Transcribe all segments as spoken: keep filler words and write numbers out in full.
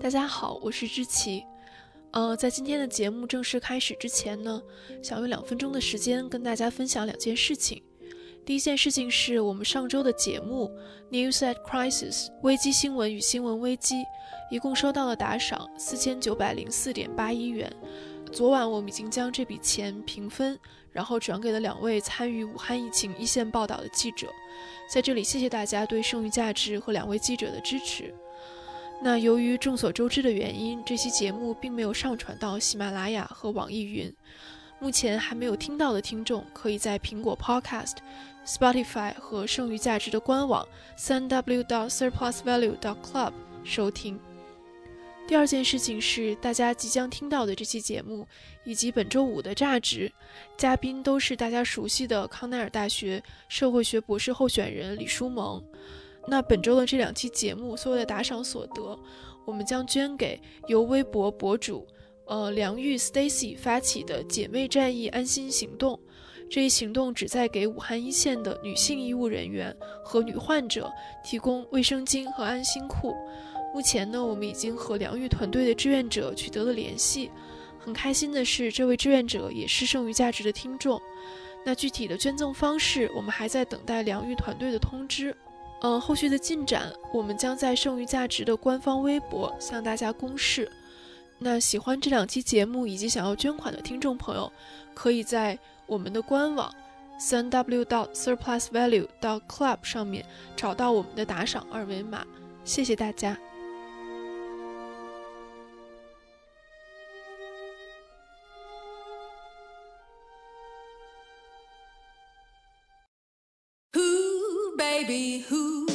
大家好，我是知琪。呃，在今天的节目正式开始之前呢，想用两分钟的时间跟大家分享两件事情。第一件事情是我们上周的节目 News at Crisis 危机新闻与新闻危机，一共收到了打赏四千九百零四点八一元。昨晚我们已经将这笔钱平分，然后转给了两位参与武汉疫情一线报道的记者。在这里谢谢大家对剩余价值和两位记者的支持。那由于众所周知的原因，这期节目并没有上传到喜马拉雅和网易云。目前还没有听到的听众，可以在苹果 Podcast、Spotify 和剩余价值的官网 三 w 点 surplus value 点 club 收听。第二件事情是，大家即将听到的这期节目以及本周五的榨汁嘉宾都是大家熟悉的康奈尔大学社会学博士候选人李书萌。那本周的这两期节目所有的打赏所得，我们将捐给由微博博主呃梁玉 Stacy 发起的姐妹战役安心行动。这一行动旨在给武汉一线的女性医务人员和女患者提供卫生巾和安心裤。目前呢，我们已经和梁玉团队的志愿者取得了联系。很开心的是，这位志愿者也是剩余价值的听众。那具体的捐赠方式，我们还在等待梁玉团队的通知。呃，后续的进展，我们将在剩余价值的官方微博向大家公示。那喜欢这两期节目以及想要捐款的听众朋友，可以在我们的官网 三 w 点 surplus value 点 club 上面找到我们的打赏二维码。谢谢大家。 Baby, who,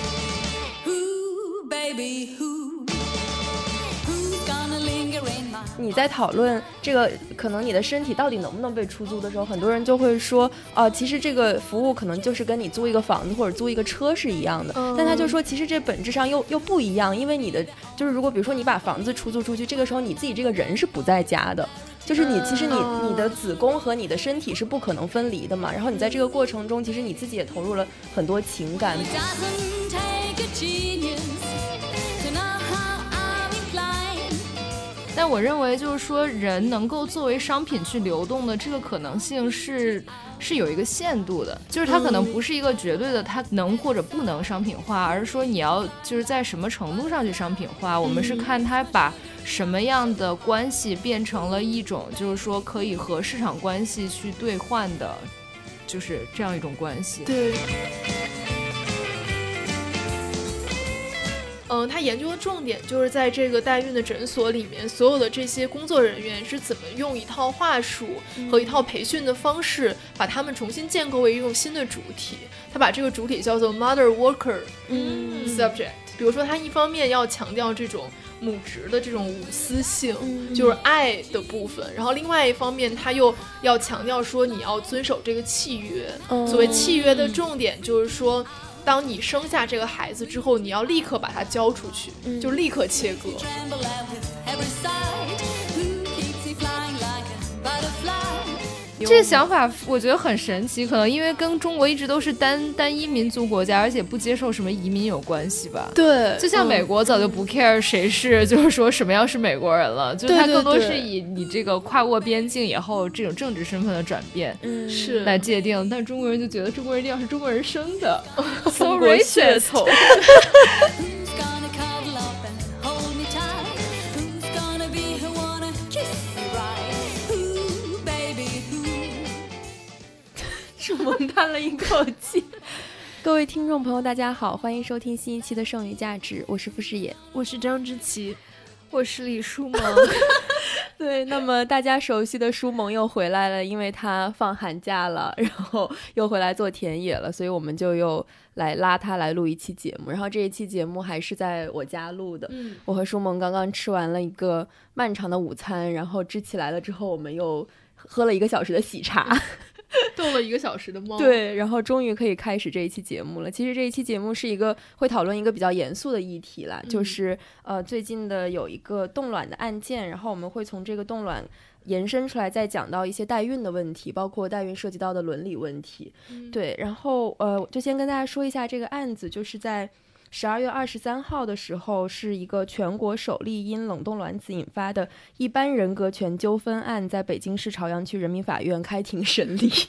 who, baby, who, who's gonna linger in my... 你在讨论这个可能你的身体到底能不能被出租的时候，很多人就会说啊，其实这个服务可能就是跟你租一个房子或者租一个车是一样的、嗯、但他就说其实这本质上又又不一样，因为你的就是如果比如说你把房子出租出去，这个时候你自己这个人是不在家的，就是你其实你你的子宫和你的身体是不可能分离的嘛，然后你在这个过程中其实你自己也投入了很多情感。 但我认为就是说人能够作为商品去流动的这个可能性是是有一个限度的，就是它可能不是一个绝对的它能或者不能商品化，而是说你要就是在什么程度上去商品化，我们是看它把什么样的关系变成了一种就是说可以和市场关系去兑换的，就是这样一种关系。 对，嗯，他研究的重点就是在这个代孕的诊所里面，所有的这些工作人员是怎么用一套话术和一套培训的方式，把他们重新建构为一种新的主体。他把这个主体叫做 mother worker、嗯、subject。比如说，他一方面要强调这种母职的这种无私性、嗯、就是爱的部分，然后另外一方面他又要强调说你要遵守这个契约、嗯、所谓契约的重点就是说当你生下这个孩子之后，你要立刻把它交出去、嗯、就立刻切割。 这个想法我觉得很神奇，可能因为跟中国一直都是单单一民族国家，而且不接受什么移民有关系吧。 对， 就像美国早就不 care 谁是、嗯、就是说什么样是美国人了，就它更多是以你这个跨过边境以后这种政治身份的转变是来界定，但中国人就觉得中国人一定要是中国人生的，so racist 是猛叹了一口气。各位听众朋友大家好，欢迎收听新一期的剩余价值，我是傅诗野， 我是张之琪， 我是李书萌。 对，那么大家熟悉的书萌又回来了，因为他放寒假了，然后又回来做田野了，所以我们就又来拉他来录一期节目。然后这一期节目还是在我家录的、嗯、我和书萌刚刚吃完了一个漫长的午餐，然后支起来了之后我们又喝了一个小时的喜茶、嗯逗了一个小时的猫。 对，然后终于可以开始这一期节目了。其实这一期节目是一个会讨论一个比较严肃的议题啦、嗯、就是呃最近的有一个冻卵的案件，然后我们会从这个冻卵延伸出来再讲到一些代孕的问题，包括代孕涉及到的伦理问题、嗯、对，然后呃就先跟大家说一下这个案子，就是在十二月二十三号的时候，是一个全国首例因冷冻卵子引发的一般人格权纠纷案，在北京市朝阳区人民法院开庭审理。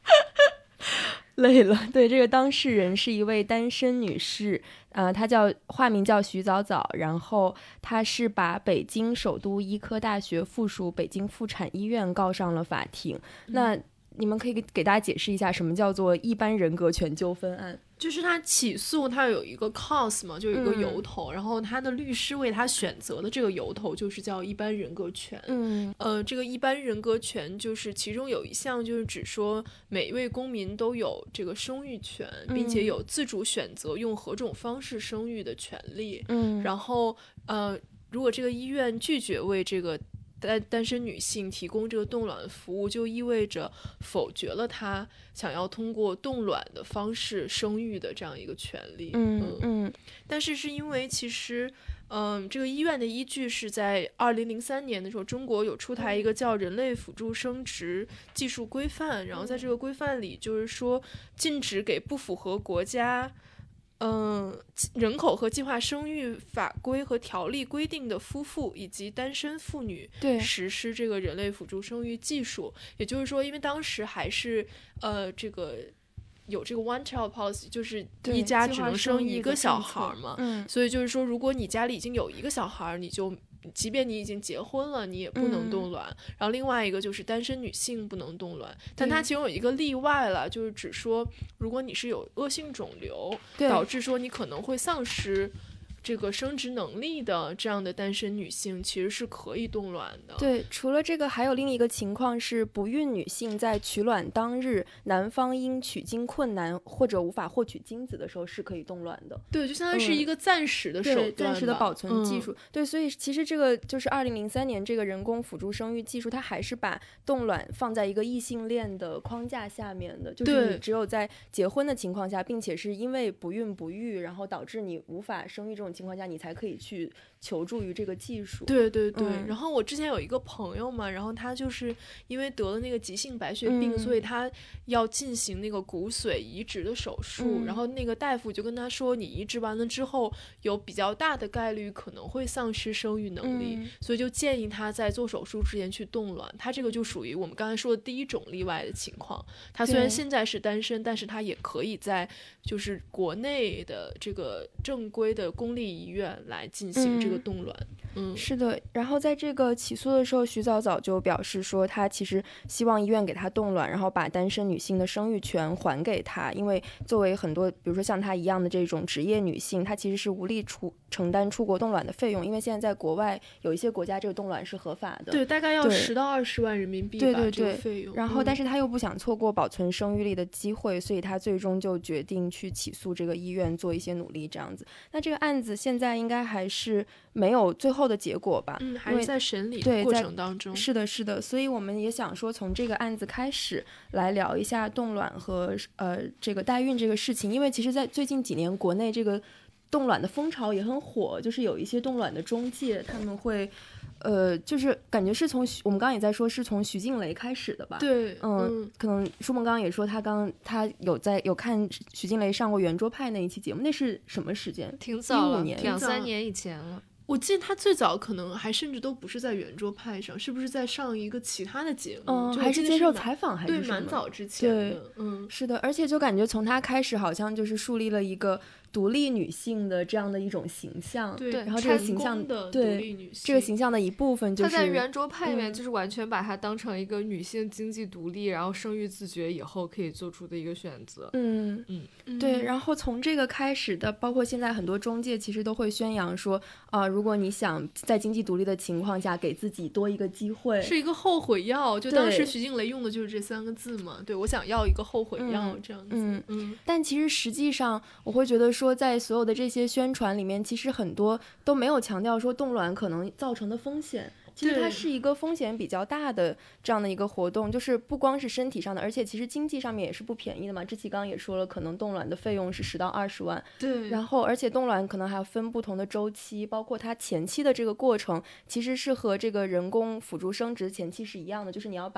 累了。对，这个当事人是一位单身女士，呃，她叫化名叫徐早早，然后她是把北京首都医科大学附属北京妇产医院告上了法庭。嗯、那你们可以给大家解释一下什么叫做一般人格权纠纷案？ 就是他起诉，他有一个 cause 嘛，就有一个由头、嗯、然后他的律师为他选择的这个由头就是叫一般人格权。 嗯， 呃，这个一般人格权就是其中有一项就是指说每一位公民都有这个生育权，并且有自主选择用何种方式生育的权利。 嗯， 然后呃，如果这个医院拒绝为这个单单身女性提供这个冻卵服务，就意味着否决了她想要通过冻卵的方式生育的这样一个权利。 嗯嗯， 但是是因为其实嗯，这个医院的依据是在二零零三年的时候，中国有出台一个叫《人类辅助生殖技术规范》，然后在这个规范里就是说禁止给不符合国家嗯，人口和计划生育法规和条例规定的夫妇以及单身妇女实施这个人类辅助生育技术。也就是说，因为当时还是呃这个有这个 one child policy， 就是一家只能生一个小孩嘛， 嗯， 所以就是说，如果你家里已经有一个小孩，你就即便你已经结婚了，你也不能冻卵、嗯、然后另外一个就是单身女性不能冻卵，但它其中有一个例外了，就是只说如果你是有恶性肿瘤导致说你可能会丧失这个生殖能力的这样的单身女性其实是可以冻卵的。 对，除了这个还有另一个情况是不孕女性在取卵当日男方因取精困难或者无法获取精子的时候是可以冻卵的。 对，就相当于是一个暂时的手段、嗯、 暂时的保存技术、嗯、对，所以其实这个就是二零零三年这个人工辅助生育技术它还是把冻卵放在一个异性恋的框架下面的，就是你只有在结婚的情况下并且是因为不孕不育然后导致你无法生育这种情况下你才可以去求助于这个技术。 对对对、 嗯、 然后我之前有一个朋友嘛，然后他就是因为得了那个急性白血病、嗯、所以他要进行那个骨髓移植的手术、嗯、然后那个大夫就跟他说你移植完了之后有比较大的概率可能会丧失生育能力、嗯、所以就建议他在做手术之前去冻卵。他这个就属于我们刚才说的第一种例外的情况，他虽然现在是单身，但是他也可以在就是国内的这个正规的公立医院来进行这个冻卵。 嗯, 嗯是的。然后在这个起诉的时候徐早早就表示说他其实希望医院给他冻卵，然后把单身女性的生育权还给他，因为作为很多比如说像他一样的这种职业女性，她其实是无力出承担出国冻卵的费用，因为现在在国外有一些国家这个冻卵是合法的， 对，大概要十到二十万人民币吧， 对对对， 这个费用。 然后但是他又不想错过保存生育力的机会、嗯、所以他最终就决定去起诉这个医院做一些努力这样子。那这个案子现在应该还是没有最后的结果吧， 嗯，还是在审理过程当中。 是的是的，所以我们也想说从这个案子开始来聊一下冻卵和呃这个代孕这个事情，因为其实在最近几年国内这个冻卵的风潮也很火，就是有一些冻卵的中介他们会呃，就是感觉是从我们刚刚也在说是从徐静蕾开始的吧。 对， 嗯，嗯可能舒梦刚刚也说他刚他有在有看徐静蕾上过圆桌派那一期节目，那是什么时间？ 挺早了， 一五年两三年以前了。 我记得他最早可能还甚至都不是在圆桌派上，是不是在上一个其他的节目？ 嗯，还是接受采访还是什么？ 对，蛮早之前的。 对， 嗯， 是的，而且就感觉从他开始好像就是树立了一个独立女性的这样的一种形象。 对， 然后这个形象的独立女性， 这个形象的一部分就是他在圆桌派里面就是完全把它当成一个女性经济独立、嗯、然后生育自觉以后可以做出的一个选择。 嗯嗯，对。然后从这个开始的，包括现在很多中介其实都会宣扬说啊、呃，如果你想在经济独立的情况下给自己多一个机会， 是一个后悔药。就当时徐静蕾用的就是这三个字嘛，对，我想要一个后悔药、嗯、这样子。 嗯嗯。 但其实实际上我会觉得说在所有的这些宣传里面，其实很多都没有强调说冻卵可能造成的风险。其实它是一个风险比较大的这样的一个活动，就是不光是身体上的，而且其实经济上面也是不便宜的嘛。志奇刚刚也说了，可能冻卵的费用是十到二十万。 对。 然后，而且冻卵可能还要分不同的周期，包括它前期的这个过程，其实是和这个人工辅助生殖前期是一样的，就是你要把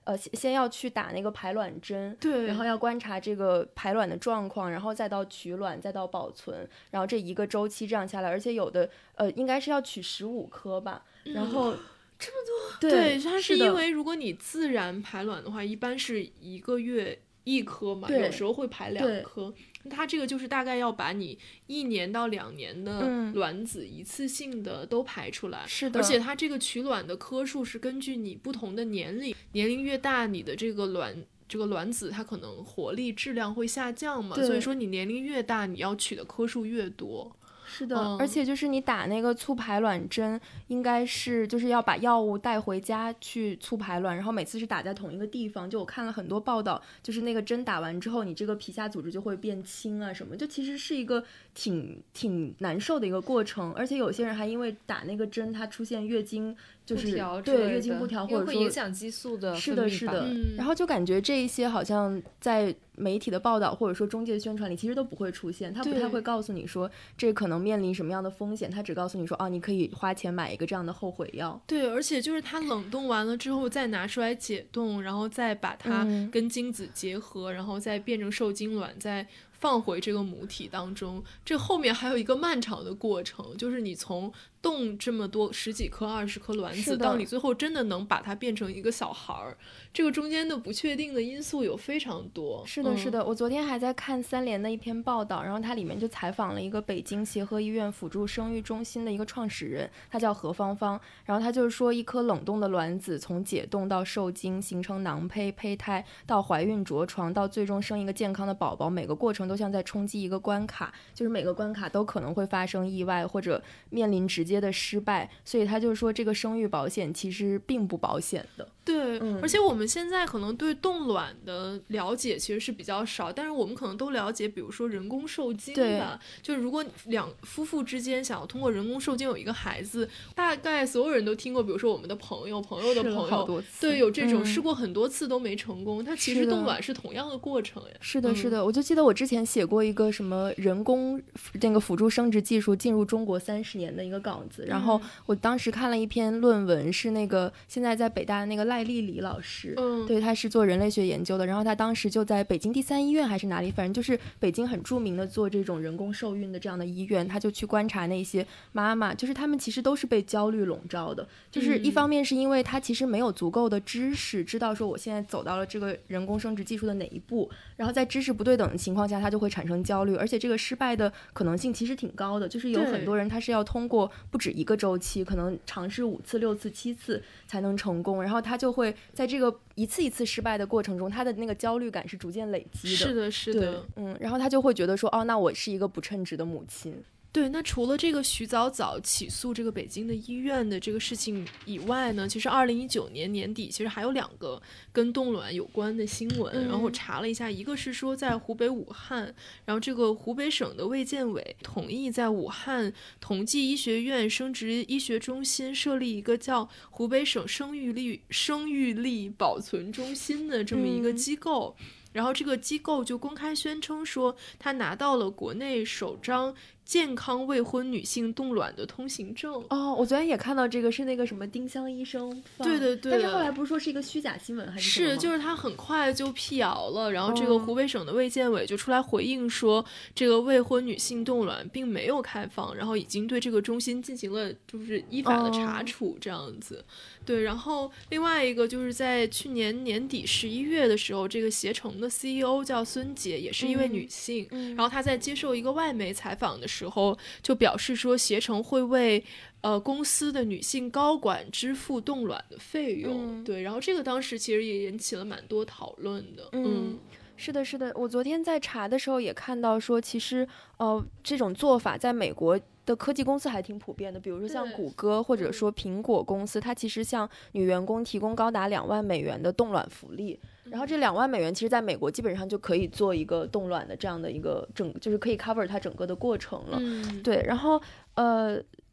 呃先先要去打那个排卵针， 对， 然后要观察这个排卵的状况，然后再到取卵，再到保存，然后这一个周期这样下来，而且有的呃应该是要取十五颗吧，然后、嗯、 这么多， 对， 对它是因为如果你自然排卵的话，一般是一个月一颗嘛，有时候会排两颗。它这个就是大概要把你一年到两年的卵子一次性的都排出来， 是的。 而且它这个取卵的颗数是根据你不同的年龄，年龄越大，你的这个卵这个卵子它可能活力质量会下降嘛，所以说你年龄越大，你要取的颗数越多。 是的、嗯，而且就是你打那个促排卵针，应该是就是要把药物带回家去促排卵，然后每次是打在同一个地方。就我看了很多报道，就是那个针打完之后，你这个皮下组织就会变轻啊什么，就其实是一个挺挺难受的一个过程。而且有些人还因为打那个针，它出现月经就是对月经不调，或者说会影响激素的分泌吧。 是的，是的、嗯。然后就感觉这一些好像在媒体的报道或者说中介宣传里，其实都不会出现，他不太会告诉你说这可能面临什么样的风险，他只告诉你说哦，你可以花钱买一个这样的后悔药。 对，而且就是它冷冻完了之后再拿出来解冻，然后再把它跟精子结合、嗯、然后再变成受精卵，再放回这个母体当中，这后面还有一个漫长的过程，就是你从冻这么多十几颗二十颗卵子到你最后真的能把它变成一个小孩儿，这个中间的不确定的因素有非常多。 是的、嗯、是的，我昨天还在看三联的一篇报道，然后它里面就采访了一个北京协和医院辅助生育中心的一个创始人，他叫何芳芳，然后他就是说一颗冷冻的卵子从解冻到受精形成囊胚胚胎到怀孕着床到最终生一个健康的宝宝，每个过程都像在冲击一个关卡，就是每个关卡都可能会发生意外或者面临直接的失败，所以他就说这个生育保险其实并不保险的。 对、嗯、而且我们现在可能对冻卵的了解其实是比较少，但是我们可能都了解比如说人工受精吧，就是如果两夫妇之间想要通过人工受精有一个孩子，大概所有人都听过，比如说我们的朋友朋友的朋友，对，有这种、嗯、试过很多次都没成功，它其实冻卵是同样的过程呀。 是的是的、嗯、我就记得我之前写过一个什么人工那个辅助生殖技术进入中国三十年的一个稿子，然后我当时看了一篇论文，是那个现在在北大的那个赖丽李老师，嗯，对，他是做人类学研究的，然后他当时就在北京第三医院还是哪里，反正就是北京很著名的做这种人工受孕的这样的医院，他就去观察那些妈妈，就是他们其实都是被焦虑笼罩的，就是一方面是因为他其实没有足够的知识，知道说我现在走到了这个人工生殖技术的哪一步，然后在知识不对等的情况下他就会产生焦虑，而且这个失败的可能性其实挺高的，就是有很多人他是要通过不止一个周期，可能尝试五次六次七次才能成功，然后他就会在这个一次一次失败的过程中，他的那个焦虑感是逐渐累积的。 是的是的， 嗯，然后他就会觉得说哦，那我是一个不称职的母亲。 对，那除了这个徐早早起诉这个北京的医院的这个事情以外呢，其实二零一九年年底其实还有两个跟冻卵有关的新闻、嗯、然后我查了一下，一个是说在湖北武汉，然后这个湖北省的卫健委同意在武汉同济医学院生殖医学中心设立一个叫湖北省生育力生育力保存中心的这么一个机构、嗯，然后这个机构就公开宣称说他拿到了国内首张健康未婚女性冻卵的通行证。 哦，我昨天也看到这个，是那个什么丁香医生放， 对对对， 但是后来不是说是一个虚假新闻还是什么吗？ 是，就是他很快就辟谣了，然后这个湖北省的卫健委就出来回应说、哦、这个未婚女性冻卵并没有开放，然后已经对这个中心进行了就是依法的查处这样子、哦、对。然后另外一个就是在去年年底十一月的时候，这个携程的 C E O 叫孙杰，也是一位女性、嗯嗯、然后她在接受一个外媒采访的时候就表示说携程会为呃公司的女性高管支付冻卵的费用、嗯、对。然后这个当时其实也引起了蛮多讨论的。 嗯, 嗯是的是的，我昨天在查的时候也看到说其实呃这种做法在美国的科技公司还挺普遍的，比如说像谷歌或者说苹果公司，它其实向女员工提供高达两万美元的冻卵福利，然后这两万美元其实在美国基本上就可以做一个冻卵的这样的一个整，就是可以 cover 它整个的过程了、嗯、对。然后呃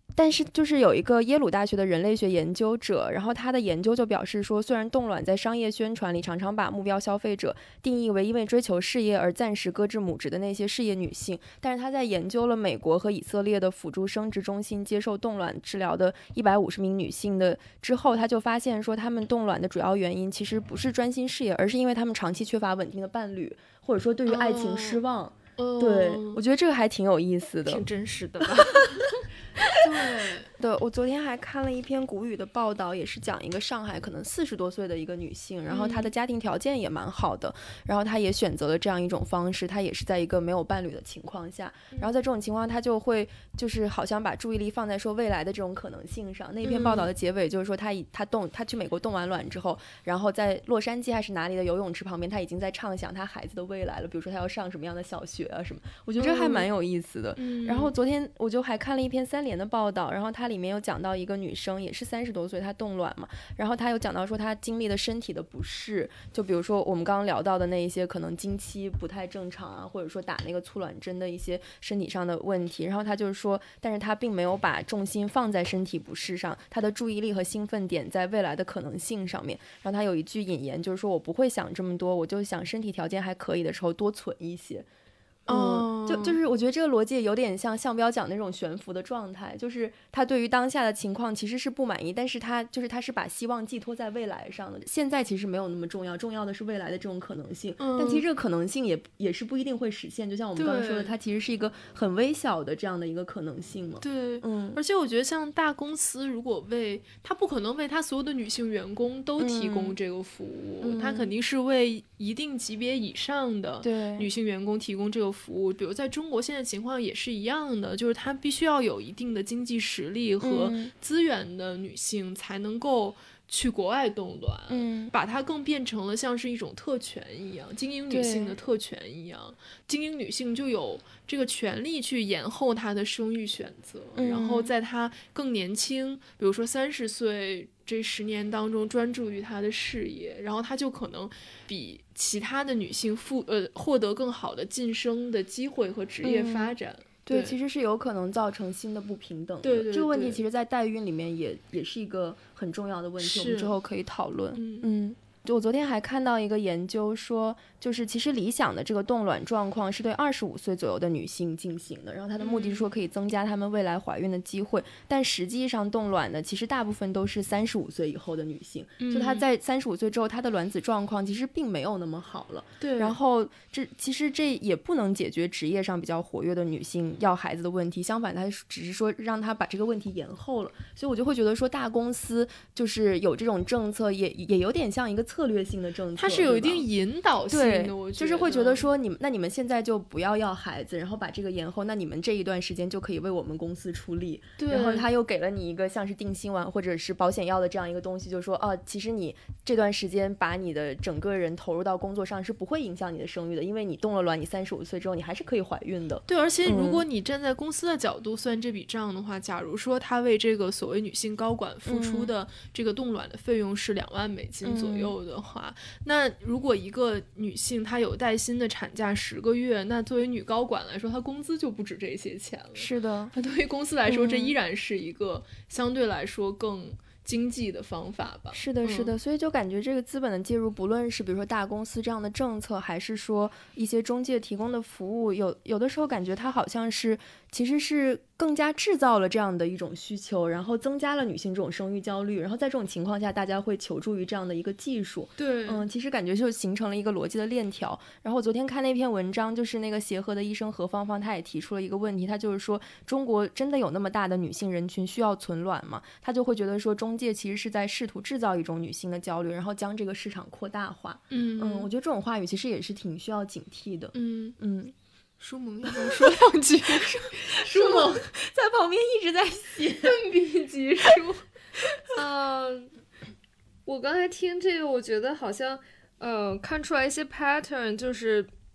但是就是有一个耶鲁大学的人类学研究者，然后他的研究就表示说，虽然冻卵在商业宣传里常常把目标消费者定义为因为追求事业而暂时搁置母职的那些事业女性，但是他在研究了美国和以色列的辅助生殖中心接受冻卵治疗的一百五十名女性的之后，他就发现说，她们冻卵的主要原因其实不是专心事业，而是因为她们长期缺乏稳定的伴侣，或者说对于爱情失望。哦对，我觉得这个还挺有意思的， 挺真实的吧。 对对，我昨天还看了一篇谷雨的报道，也是讲一个上海可能四十多岁的一个女性，然后她的家庭条件也蛮好的，嗯、然后她也选择了这样一种方式，她也是在一个没有伴侣的情况下，然后在这种情况她就会就是好像把注意力放在说未来的这种可能性上。那篇报道的结尾就是说她以她冻她去美国冻完卵之后，然后在洛杉矶还是哪里的游泳池旁边，她已经在畅想她孩子的未来了，比如说她要上什么样的小学啊什么，我觉得这还蛮有意思的。嗯、然后昨天我就还看了一篇三联的报道，然后它里面有讲到一个女生也是三十多岁，她冻卵嘛，然后她有讲到说她经历的身体的不适，就比如说我们刚刚聊到的那一些可能经期不太正常啊，或者说打那个促卵针的一些身体上的问题，然后她就是说，但是她并没有把重心放在身体不适上，她的注意力和兴奋点在未来的可能性上面。然后她有一句引言就是说，我不会想这么多，我就想身体条件还可以的时候多存一些。嗯，就就是我觉得这个逻辑有点像项标讲那种悬浮的状态，就是他对于当下的情况其实是不满意，但是他就是他是把希望寄托在未来上的，现在其实没有那么重要，重要的是未来的这种可能性。嗯、但其实这个可能性也也是不一定会实现，就像我们刚才说的，它其实是一个很微小的这样的一个可能性嘛。 对， 嗯， 而且我觉得像大公司如果为他不可能为他所有的女性员工都提供这个服务，嗯、他肯定是为一定级别以上的女性员工提供这个服务。比如在中国现在情况也是一样的，就是她必须要有一定的经济实力和资源的女性才能够去国外冻卵，嗯，把它更变成了像是一种特权一样，精英女性的特权一样，精英女性就有这个权利去延后她的生育选择，嗯、然后在她更年轻，比如说三十岁这十年当中专注于她的事业，然后她就可能比其他的女性复呃获得更好的晋升的机会和职业发展。嗯对，其实是有可能造成新的不平等的。 对对对， 这个问题其实在代孕里面也也是一个很重要的问题，我们之后可以讨论。嗯嗯，就我昨天还看到一个研究说，就是其实理想的这个冻卵状况是对二十五岁左右的女性进行的，然后它的目的是说可以增加她们未来怀孕的机会，嗯、但实际上冻卵呢，其实大部分都是三十五岁以后的女性，嗯、就她在三十五岁之后，她的卵子状况其实并没有那么好了。 对， 然后这其实这也不能解决职业上比较活跃的女性要孩子的问题，相反，它只是说让她把这个问题延后了。所以我就会觉得说，大公司就是有这种政策也，也也有点像一个策略性的政策， 它是有一定引导性的。 对， 我觉得就是会觉得说，你们那你们现在就不要要孩子，然后把这个延后，那你们这一段时间就可以为我们公司出力。 对， 然后他又给了你一个像是定心丸或者是保险药的这样一个东西，就是说，哦，其实你这段时间把你的整个人投入到工作上是不会影响你的生育的，因为你冻了卵，你三十五岁之后你还是可以怀孕的。 对，而且如果你站在公司的角度算这笔账的话，嗯、假如说他为这个所谓女性高管付出的这个冻卵的费用是两万美金左右的话，嗯、那如果一个女性她有带薪的产假十个月，那作为女高管来说，她工资就不止这些钱了。 是的， 那对于公司来说，嗯、这依然是一个相对来说更经济的方法吧。 是的，是的，嗯、所以就感觉这个资本的介入，不论是比如说大公司这样的政策，还是说一些中介提供的服务，有有的时候感觉它好像是其实是更加制造了这样的一种需求，然后增加了女性这种生育焦虑，然后在这种情况下，大家会求助于这样的一个技术。 对， 嗯，其实感觉就形成了一个逻辑的链条。然后我昨天看那篇文章，就是那个协和的医生何芳芳，他也提出了一个问题，他就是说，中国真的有那么大的女性人群需要存卵吗？他就会觉得说，中介其实是在试图制造一种女性的焦虑，然后将这个市场扩大化。 嗯嗯，我觉得这种话语其实也是挺需要警惕的。 嗯嗯。 舒萌要不要说两句？舒萌在旁边一直在写奋笔疾书。 呃，我刚才听这个，我觉得好像呃看出来一些 pattern，就是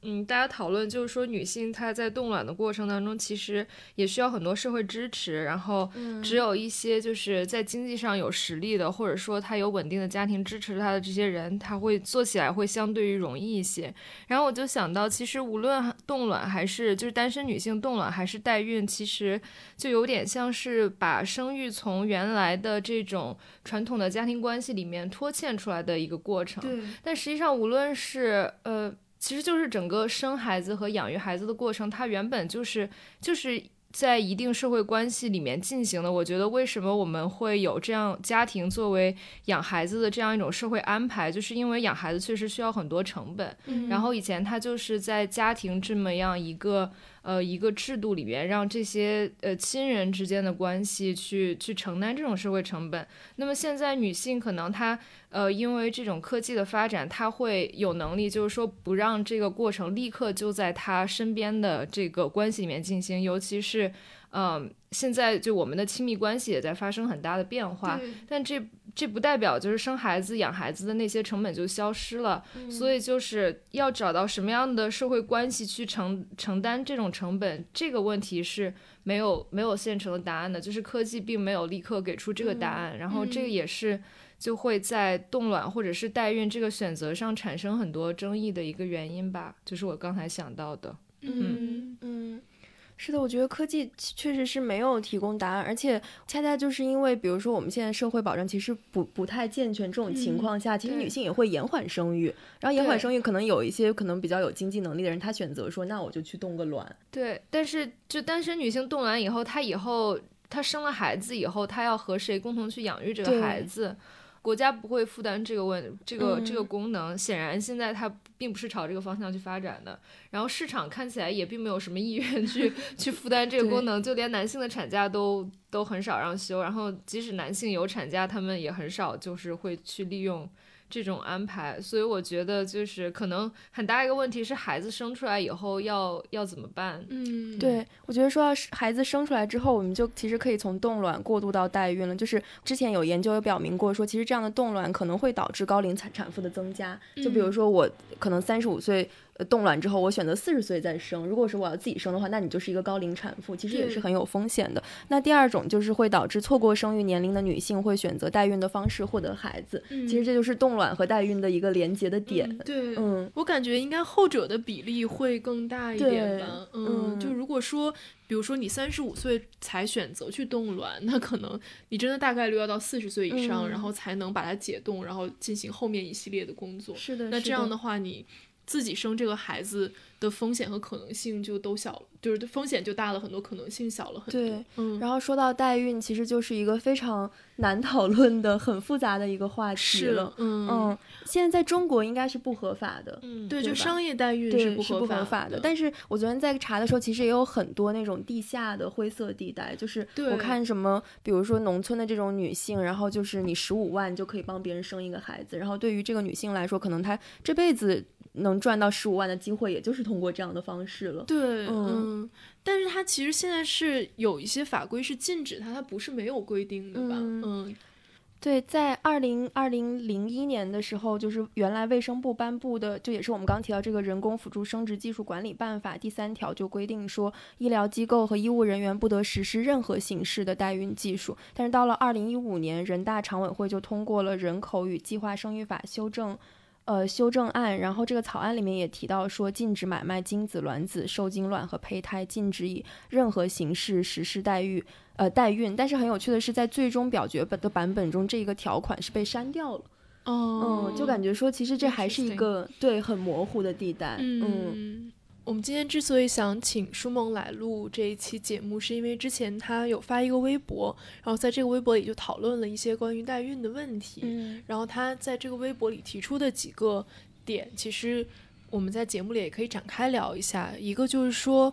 嗯，大家讨论就是说，女性她在冻卵的过程当中，其实也需要很多社会支持，然后只有一些就是在经济上有实力的，或者说她有稳定的家庭支持她的这些人，她会做起来会相对于容易一些。然后我就想到，其实无论冻卵还是就是单身女性冻卵还是代孕，其实就有点像是把生育从原来的这种传统的家庭关系里面脱欠出来的一个过程。 对， 但实际上无论是呃。其实就是整个生孩子和养育孩子的过程，它原本就是就是在一定社会关系里面进行的。我觉得为什么我们会有这样家庭作为养孩子的这样一种社会安排，就是因为养孩子确实需要很多成本、嗯、然后以前它就是在家庭这么样一个呃一个制度里面，让这些呃亲人之间的关系去去承担这种社会成本。那么现在女性可能她呃因为这种科技的发展，她会有能力就是说不让这个过程立刻就在她身边的这个关系里面进行，尤其是嗯，现在就我们的亲密关系也在发生很大的变化，但这这不代表就是生孩子养孩子的那些成本就消失了、嗯、所以就是要找到什么样的社会关系去承承担这种成本，这个问题是没有没有现成的答案的，就是科技并没有立刻给出这个答案、嗯、然后这个也是就会在冻卵或者是代孕这个选择上产生很多争议的一个原因吧，就是我刚才想到的。 嗯嗯，是的，我觉得科技确实是没有提供答案，而且恰恰就是因为比如说我们现在社会保障其实不不太健全这种情况下、嗯、其实女性也会延缓生育，然后延缓生育可能有一些可能比较有经济能力的人，她选择说那我就去冻个卵。 对，但是就单身女性冻卵以后，她以后她生了孩子以后，她要和谁共同去养育这个孩子，国家不会负担这个问这个、嗯、这个功能，显然现在它并不是朝这个方向去发展的，然后市场看起来也并没有什么意愿去去负担这个功能，就连男性的产假都都很少让休，然后即使男性有产假，他们也很少就是会去利用这种安排。所以我觉得就是可能很大一个问题是孩子生出来以后要要怎么办。 嗯，对，我觉得说孩子生出来之后，我们就其实可以从冻卵过渡到代孕了，就是之前有研究有表明过说，其实这样的冻卵可能会导致高龄产产妇的增加，就比如说我可能三十五岁冻卵之后，我选择四十岁再生，如果是我要自己生的话，那你就是一个高龄产妇，其实也是很有风险的。那第二种就是会导致错过生育年龄的女性会选择代孕的方式获得孩子、嗯、其实这就是冻卵和代孕的一个连接的点、嗯、 对，嗯，我感觉应该后者的比例会更大一点吧。嗯, 嗯，就如果说比如说你三十五岁才选择去冻卵，那可能你真的大概率要到四十岁以上、嗯、然后才能把它解冻，然后进行后面一系列的工作。 是的， 那这样的话你自己生这个孩子的风险和可能性就都小了，就是风险就大了很多，可能性小了很多。 对， 嗯， 然后说到代孕，其实就是一个非常难讨论的、很复杂的一个话题了。 嗯嗯，现在在中国应该是不合法的。 嗯，对，就商业代孕是不合法的。 法的。但是我昨天在查的时候，其实也有很多那种地下的灰色地带，就是我看什么，比如说农村的这种女性，然后就是你十五万就可以帮别人生一个孩子，然后对于这个女性来说，可能她这辈子能赚到十五万的机会，也就是通过这样的方式了。 对，嗯，嗯，但是它其实现在是有一些法规是禁止它，它不是没有规定的吧？嗯，嗯对，在二零二零零一年的时候，就是原来卫生部颁布的，就也是我们刚提到这个人工辅助生殖技术管理办法第三条就规定说，医疗机构和医务人员不得实施任何形式的代孕技术。但是到了二零一五年，人大常委会就通过了人口与计划生育法修正。呃，修正案，然后这个草案里面也提到说，禁止买卖精子、卵子、受精卵和胚胎，禁止以任何形式实施代孕，呃，代孕。但是很有趣的是，在最终表决的版本中，这一个条款是被删掉了。 哦， 嗯，就感觉说，其实这还是一个对很模糊的地带。嗯。 嗯，我们今天之所以想请舒梦来录这一期节目，是因为之前他有发一个微博，然后在这个微博里就讨论了一些关于代孕的问题、嗯、然后他在这个微博里提出的几个点，其实我们在节目里也可以展开聊一下。一个就是说，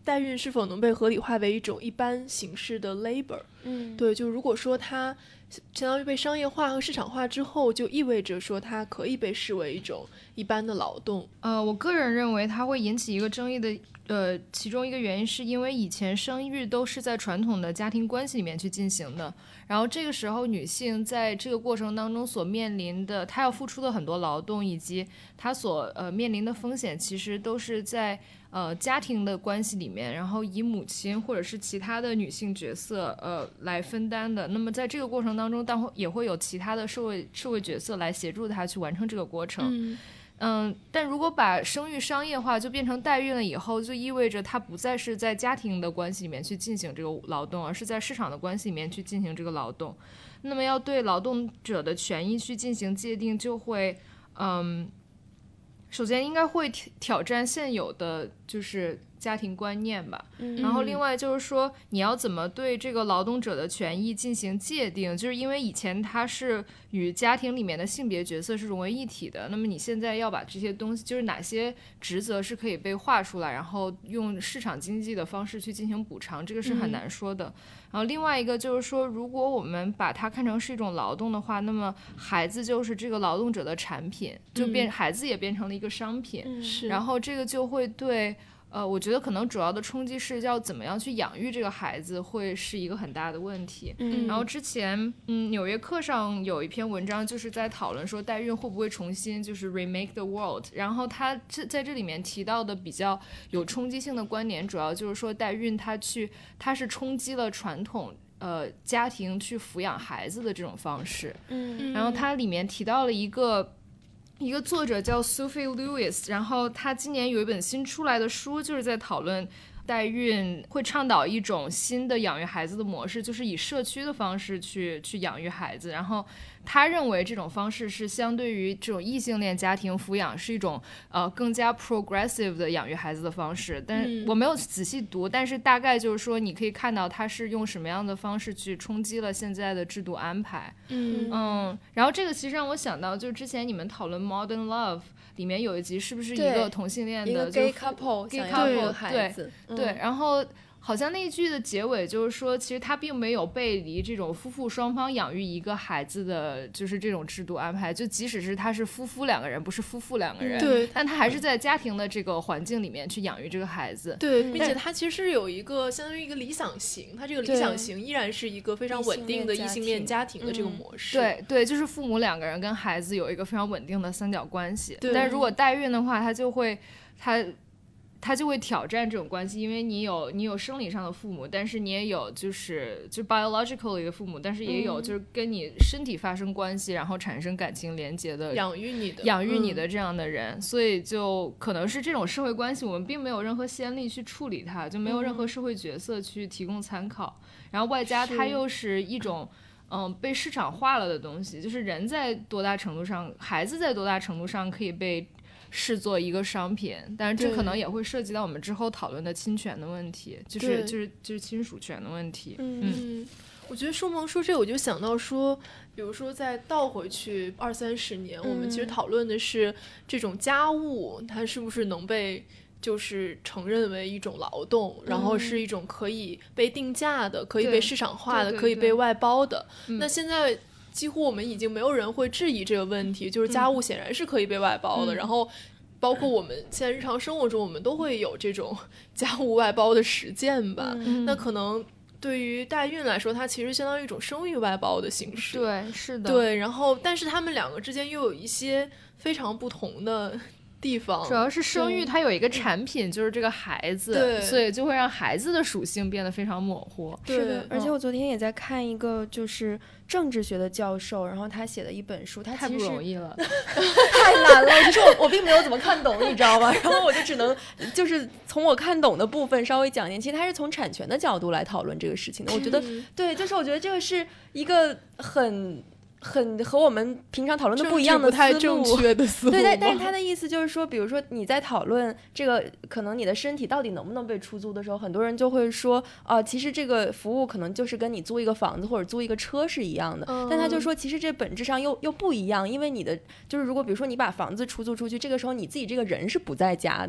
代孕是否能被合理化为一种一般形式的 labor。 嗯， 对，就如果说它相当于被商业化和市场化之后，就意味着说它可以被视为一种一般的劳动。 呃，我个人认为它会引起一个争议的呃，其中一个原因是因为以前生育都是在传统的家庭关系里面去进行的，然后这个时候女性在这个过程当中所面临的，她要付出的很多劳动以及她所呃面临的风险，其实都是在呃家庭的关系里面，然后以母亲或者是其他的女性角色呃来分担的。那么在这个过程当中，当也会有其他的社会社会角色来协助她去完成这个过程。 嗯嗯，但如果把生育商业化，就变成代孕了以后，就意味着它不再是在家庭的关系里面去进行这个劳动，而是在市场的关系里面去进行这个劳动。那么要对劳动者的权益去进行界定，就会，嗯，首先应该会挑战现有的就是家庭观念吧， 嗯、 然后另外就是说你要怎么对这个劳动者的权益进行界定，就是因为以前它是与家庭里面的性别角色是融为一体的，那么你现在要把这些东西，就是哪些职责是可以被划出来，然后用市场经济的方式去进行补偿，这个是很难说的、嗯、然后另外一个就是说，如果我们把它看成是一种劳动的话，那么孩子就是这个劳动者的产品，就变、嗯、孩子也变成了一个商品、 嗯、是， 然后这个就会对呃，我觉得可能主要的冲击是要怎么样去养育这个孩子，会是一个很大的问题。 嗯， 然后之前，嗯，纽约客上有一篇文章，就是在讨论说代孕会不会重新就是 remake the world。然后他这在这里面提到的比较有冲击性的观点，主要就是说代孕它去它是冲击了传统呃家庭去抚养孩子的这种方式。 嗯， 然后它里面提到了一个。一个作者叫 Sophie Lewis， 然后他今年有一本新出来的书，就是在讨论代孕会倡导一种新的养育孩子的模式，就是以社区的方式去去养育孩子。然后他认为这种方式是相对于这种异性恋家庭抚养是一种呃更加 progressive 的养育孩子的方式。但是我没有仔细读，但是大概就是说你可以看到他是用什么样的方式去冲击了现在的制度安排。 嗯嗯，然后这个其实让我想到，就之前你们讨论 Modern Love 里面有一集是不是一个同性恋的， 一个 gay couple gay couple 孩子， 对、嗯、对，然后好像那一句的结尾就是说，其实他并没有背离这种夫妇双方养育一个孩子的就是这种制度安排，就即使是他是夫妇两个人，不是夫妇两个人， 对， 但他还是在家庭的这个环境里面去养育这个孩子， 对，并且他其实是有一个相当于一个理想型，他这个理想型依然是一个非常稳定的异性恋家庭的这个模式， 嗯、对对，就是父母两个人跟孩子有一个非常稳定的三角关系。 对， 但如果代孕的话，他就会他。他就会挑战这种关系，因为你有你有生理上的父母，但是你也有就是就 biological 的一个父母，但是也有就是跟你身体发生关系、嗯、然后产生感情连结的养育你的养育你的这样的人、嗯、所以就可能是这种社会关系我们并没有任何先例去处理它，就没有任何社会角色去提供参考、嗯、然后外加它又是一种嗯被市场化了的东西，就是人在多大程度上孩子在多大程度上可以被视作一个商品，但是这可能也会涉及到我们之后讨论的侵权的问题，就是就是就是亲属权的问题。 嗯，嗯我觉得舒萌说这我就想到说，比如说再倒回去二三十年、嗯、我们其实讨论的是这种家务它是不是能被就是承认为一种劳动、嗯、然后是一种可以被定价的、可以被市场化的、 对对对对， 可以被外包的、 嗯、 那现在几乎我们已经没有人会质疑这个问题，就是家务显然是可以被外包的、嗯、然后包括我们现在日常生活中我们都会有这种家务外包的实践吧、嗯、那可能对于代孕来说它其实相当于一种生育外包的形式， 对，是的， 对，然后但是他们两个之间又有一些非常不同的地方， 主要是生育它有一个产品、嗯、就是这个孩子， 对， 所以就会让孩子的属性变得非常模糊。 是的，而且我昨天也在看一个就是政治学的教授，然后他写的一本书，他太不容易了太难了，其实我我并没有怎么看懂你知道吗，然后我就只能就是从我看懂的部分稍微讲一点，其实他是从产权的角度来讨论这个事情的，我觉得、嗯、对，就是我觉得这个是一个很很和我们平常讨论的不一样的思路， 不太正确的思路。 对，但但是他的意思就是说，比如说你在讨论这个可能你的身体到底能不能被出租的时候，很多人就会说啊、呃，其实这个服务可能就是跟你租一个房子或者租一个车是一样的。嗯、但他就说，其实这本质上又又不一样，因为你的就是如果比如说你把房子出租出去，这个时候你自己这个人是不在家的。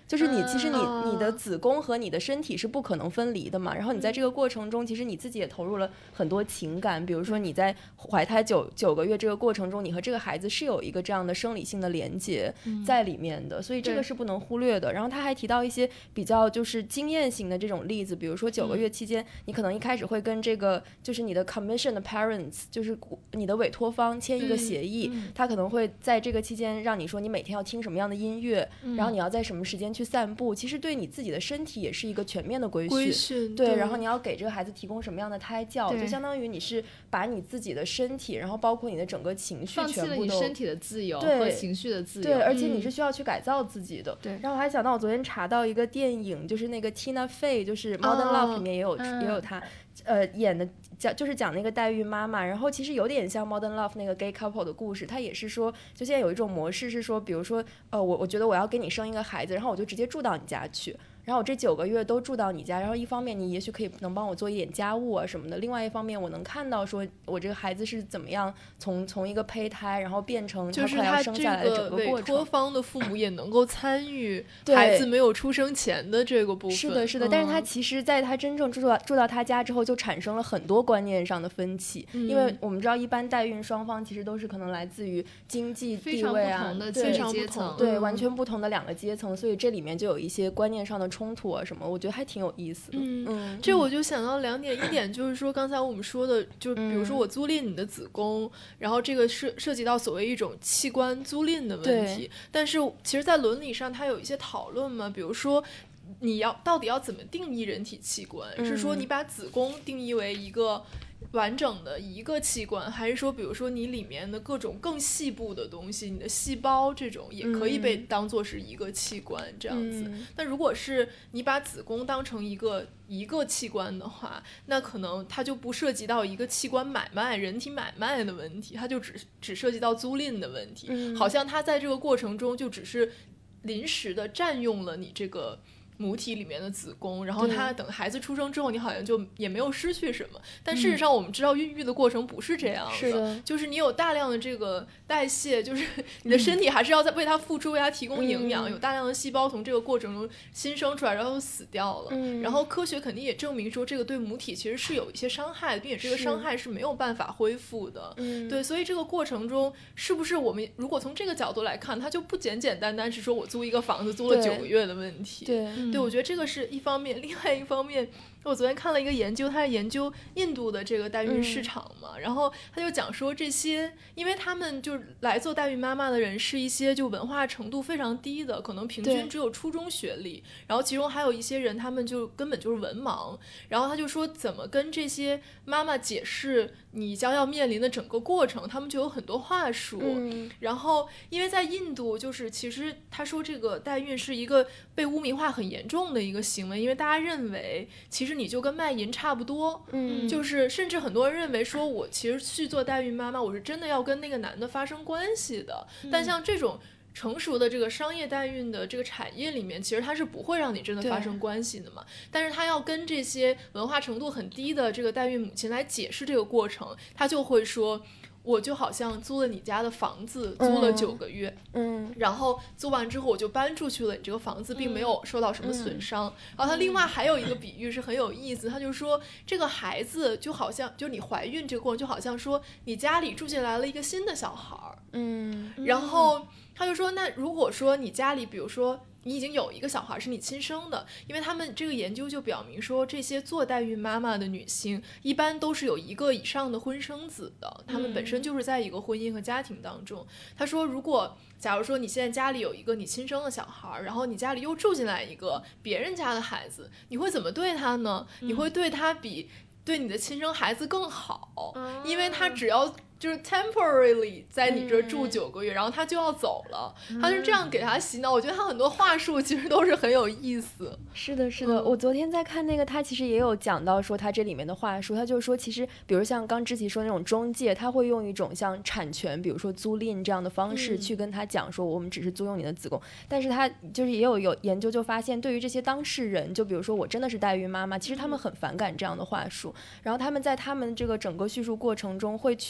就是你其实你、 嗯、 你的子宫和你的身体是不可能分离的嘛，然后你在这个过程中，其实你自己也投入了很多情感，比如说你在怀胎九九个月这个过程中，你和这个孩子是有一个这样的生理性的连接在里面的，嗯、所以这个是不能忽略的。然后他还提到一些比较就是经验型的这种例子，比如说九个月期间，嗯、你可能一开始会跟这个就是你的 commission 的 parents， 就是你的委托方签一个协议，嗯嗯、他可能会在这个期间让你说你每天要听什么样的音乐，嗯、然后你要在什么时间去散步，其实对你自己的身体也是一个全面的规训， 规训对, 对， 然后你要给这个孩子提供什么样的胎教，就相当于你是把你自己的身体，然后包括你的整个情绪全部都放弃了你身体的自由和情绪的自由， 对，而且你是需要去改造自己的。 对、嗯， 然后我还想到我昨天查到一个电影，就是那个 Tina Fey， 就是 Modern Love 里面也有、哦、也有她。呃，演的讲就是讲那个代孕妈妈，然后其实有点像 Modern Love 那个 gay couple 的故事，它也是说，就现在有一种模式是说，比如说，呃，我我觉得我要给你生一个孩子，然后我就直接住到你家去。然后我这九个月都住到你家，然后一方面你也许可以能帮我做一点家务啊什么的，另外一方面我能看到说我这个孩子是怎么样从从一个胚胎然后变成他快要生下来的整个过程， 就是他这个委托方的父母也能够参与孩子没有出生前的这个部分。 是的是的、嗯、但是他其实在他真正住到住到他家之后就产生了很多观念上的分歧、嗯、因为我们知道一般代孕双方其实都是可能来自于经济地位啊， 非常不同的阶层， 对、嗯、完全不同的两个阶层，所以这里面就有一些观念上的冲突啊什么，我觉得还挺有意思的。 嗯嗯，这我就想到两点，一点就是说刚才我们说的，就比如说我租赁你的子宫、嗯、然后这个涉涉及到所谓一种器官租赁的问题，但是其实在伦理上它有一些讨论嘛，比如说你要到底要怎么定义人体器官、嗯、是说你把子宫定义为一个完整的一个器官，还是说比如说你里面的各种更细部的东西，你的细胞这种也可以被当作是一个器官、嗯、这样子。那如果是你把子宫当成一个一个器官的话，那可能它就不涉及到一个器官买卖人体买卖的问题，它就只只涉及到租赁的问题、嗯、好像它在这个过程中就只是临时的占用了你这个母体里面的子宫，然后他等孩子出生之后你好像就也没有失去什么，但事实上我们知道孕育的过程不是这样的、嗯、是的，就是你有大量的这个代谢，就是你的身体还是要在为它付出，为它提供营养、嗯、有大量的细胞从这个过程中新生出来然后死掉了、嗯、然后科学肯定也证明说这个对母体其实是有一些伤害的，并且这个伤害是没有办法恢复的。对，所以这个过程中是不是我们如果从这个角度来看，它就不简简单单是说我租一个房子租了九个月的问题。 对，对对，我觉得这个是一方面，另外一方面我昨天看了一个研究，他是研究印度的这个代孕市场嘛、嗯、然后他就讲说这些因为他们就来做代孕妈妈的人是一些就文化程度非常低的，可能平均只有初中学历，然后其中还有一些人他们就根本就是文盲，然后他就说怎么跟这些妈妈解释你将要面临的整个过程，他们就有很多话术、嗯、然后因为在印度就是其实他说这个代孕是一个被污名化很严重的一个行为，因为大家认为其实你就跟卖淫差不多，嗯，就是甚至很多人认为说我其实去做代孕妈妈我是真的要跟那个男的发生关系的、嗯、但像这种成熟的这个商业代孕的这个产业里面，其实它是不会让你真的发生关系的嘛，但是他要跟这些文化程度很低的这个代孕母亲来解释这个过程，他就会说我就好像租了你家的房子租了九个月，嗯，然后租完之后我就搬出去了，你这个房子并没有受到什么损伤、嗯、然后他另外还有一个比喻是很有意思，他就说这个孩子就好像就你怀孕这个过程就好像说你家里住进来了一个新的小孩，嗯，然后他就说那如果说你家里比如说你已经有一个小孩是你亲生的，因为他们这个研究就表明说这些做代孕妈妈的女性一般都是有一个以上的婚生子的，她们本身就是在一个婚姻和家庭当中、嗯、他说如果假如说你现在家里有一个你亲生的小孩，然后你家里又住进来一个别人家的孩子，你会怎么对他呢、嗯、你会对他比对你的亲生孩子更好、嗯、因为他只要就是 temporarily 在你这住九个月、嗯、然后他就要走了、嗯、他是这样给他洗脑，我觉得他很多话术其实都是很有意思。 是的是的、嗯、我昨天在看那个他其实也有讲到说他这里面的话术，他就是说其实比如像刚之前说那种中介，他会用一种像产权比如说租赁这样的方式去跟他讲说我们只是租用你的子宫、嗯、但是他就是也有有研究就发现对于这些当事人，就比如说我真的是代孕妈妈，其实他们很反感这样的话术，然后他们在他们这个整个叙述过程中会去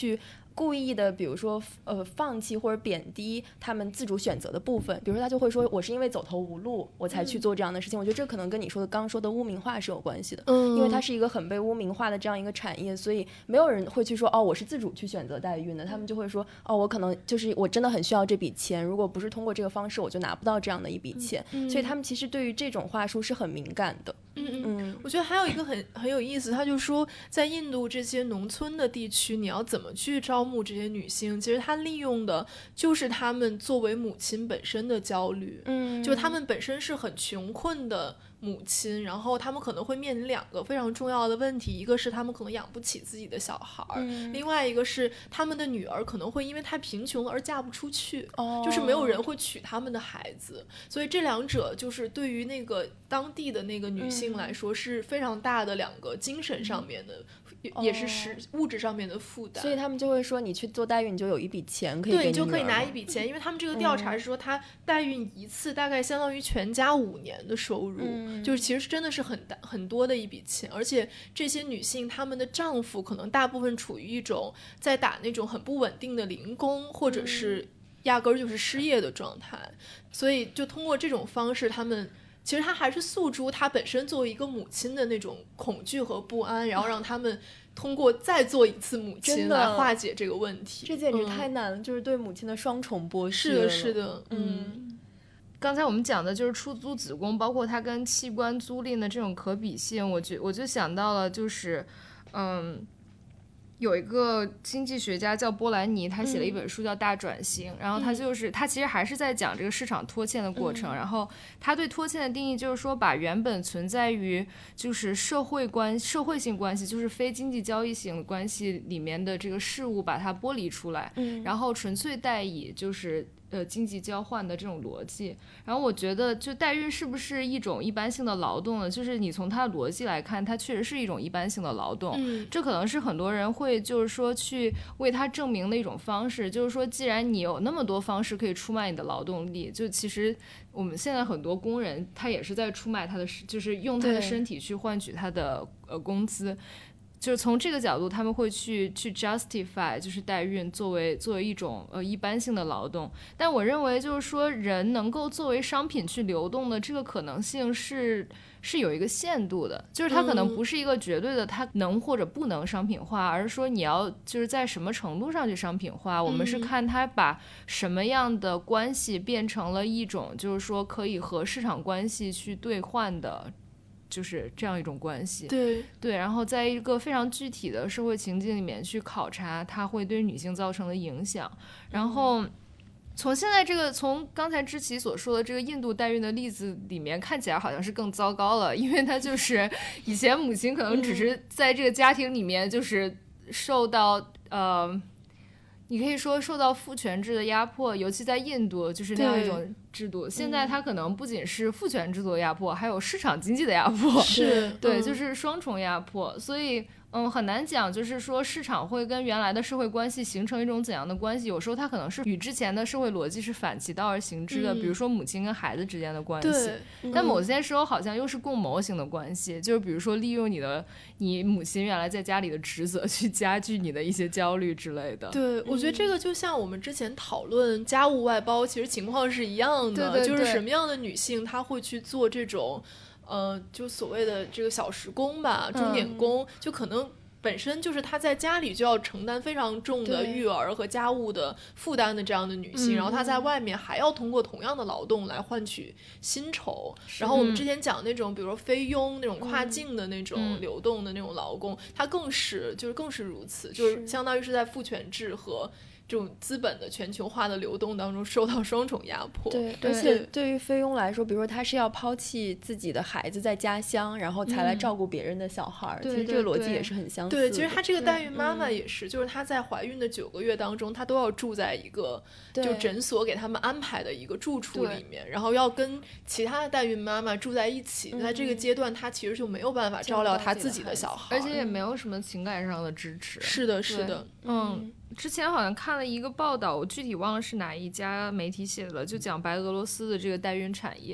故意的，比如说呃放弃或者贬低他们自主选择的部分，比如说他就会说我是因为走投无路我才去做这样的事情、嗯、我觉得这可能跟你说的刚刚说的污名化是有关系的、嗯、因为它是一个很被污名化的这样一个产业，所以没有人会去说哦我是自主去选择代孕的，他们就会说哦我可能就是我真的很需要这笔钱，如果不是通过这个方式我就拿不到这样的一笔钱、嗯、所以他们其实对于这种话术是很敏感的。 嗯嗯，我觉得还有一个很很有意思，他就说在印度这些农村的地区，你要怎么去招募这些女性？其实他利用的就是他们作为母亲本身的焦虑，嗯，就他们本身是很穷困的母亲，然后他们可能会面临两个非常重要的问题，一个是他们可能养不起自己的小孩、嗯、另外一个是他们的女儿可能会因为太贫穷了而嫁不出去、哦、就是没有人会娶他们的孩子，所以这两者就是对于那个当地的那个女性来说是非常大的两个精神上面的、嗯、也是实物质上面的负担， 所以他们就会说你去做代孕你就有一笔钱可以给你女儿， 对，你就可以拿一笔钱，因为他们这个调查是说他代孕一次大概相当于全家五年的收入、嗯、就是其实真的是很大很多的一笔钱，而且这些女性她们的丈夫可能大部分处于一种在打那种很不稳定的零工，或者是压根儿就是失业的状态、嗯、所以就通过这种方式他们其实她还是诉诸她本身作为一个母亲的那种恐惧和不安，然后让他们通过再做一次母亲来化解这个问题， 这简直太难了、嗯、就是对母亲的双重剥削。 是的是的，嗯， 刚才我们讲的就是出租子宫，包括它跟器官租赁的这种可比性，我就我就想到了，就是嗯，有一个经济学家叫波兰尼，他写了一本书叫《大转型》、嗯、然后他就是他其实还是在讲这个市场拖欠的过程、嗯、然后他对拖欠的定义就是说把原本存在于就是社会关社会性关系，就是非经济交易型的关系里面的这个事物把它剥离出来、嗯、然后纯粹代以就是呃，经济交换的这种逻辑，然后我觉得就代孕是不是一种一般性的劳动呢？就是你从它的逻辑来看，它确实是一种一般性的劳动、嗯、这可能是很多人会就是说去为它证明的一种方式，就是说既然你有那么多方式可以出卖你的劳动力，就其实我们现在很多工人他也是在出卖他的，就是用他的身体去换取他的呃工资，就是从这个角度他们会去去 justify 就是代孕作为作为一种呃一般性的劳动，但我认为就是说人能够作为商品去流动的这个可能性是是有一个限度的，就是它可能不是一个绝对的它能或者不能商品化、嗯、而是说你要就是在什么程度上去商品化、嗯、我们是看它把什么样的关系变成了一种就是说可以和市场关系去兑换的，就是这样一种关系。 对对，然后在一个非常具体的社会情境里面去考察它会对女性造成的影响，然后从现在这个从刚才知琪所说的这个印度代孕的例子里面看起来好像是更糟糕了，因为它就是以前母亲可能只是在这个家庭里面就是受到呃你可以说受到父权制的压迫，尤其在印度就是那样一种制度，现在它可能不仅是父权制度的压迫、嗯、还有市场经济的压迫， 是对、 嗯、 就是双重压迫，所以嗯，很难讲就是说市场会跟原来的社会关系形成一种怎样的关系，有时候它可能是与之前的社会逻辑是反其道而行之的、嗯、比如说母亲跟孩子之间的关系、嗯、但某些时候好像又是共谋型的关系，就是比如说利用你的你母亲原来在家里的职责去加剧你的一些焦虑之类的。 对，我觉得这个就像我们之前讨论家务外包其实情况是一样的， 对对对， 就是什么样的女性她会去做这种呃，就所谓的这个小时工吧，钟点工、嗯、就可能本身就是她在家里就要承担非常重的育儿和家务的负担的这样的女性，然后她在外面还要通过同样的劳动来换取薪酬，然后我们之前讲那种比如说菲佣那种跨境的那种流动的那种劳工，她更是就是更是如此，就是相当于是在父权制和这种资本的全球化的流动当中受到双重压迫。 对，而且对于菲佣来说，比如说他是要抛弃自己的孩子在家乡，然后才来照顾别人的小孩、嗯、其实这个逻辑也是很相似的。 对，其实他这个代孕妈妈也是、嗯、就是她在怀孕的九个月当中，她都要住在一个就诊所给他们安排的一个住处里面，然后要跟其他的代孕妈妈住在一起、嗯、在这个阶段她其实就没有办法照料她自己的小孩， 而且也没有什么情感上的支持。 是的是的， 嗯，之前好像看了一个报道，我具体忘了是哪一家媒体写的了，就讲白俄罗斯的这个代孕产业，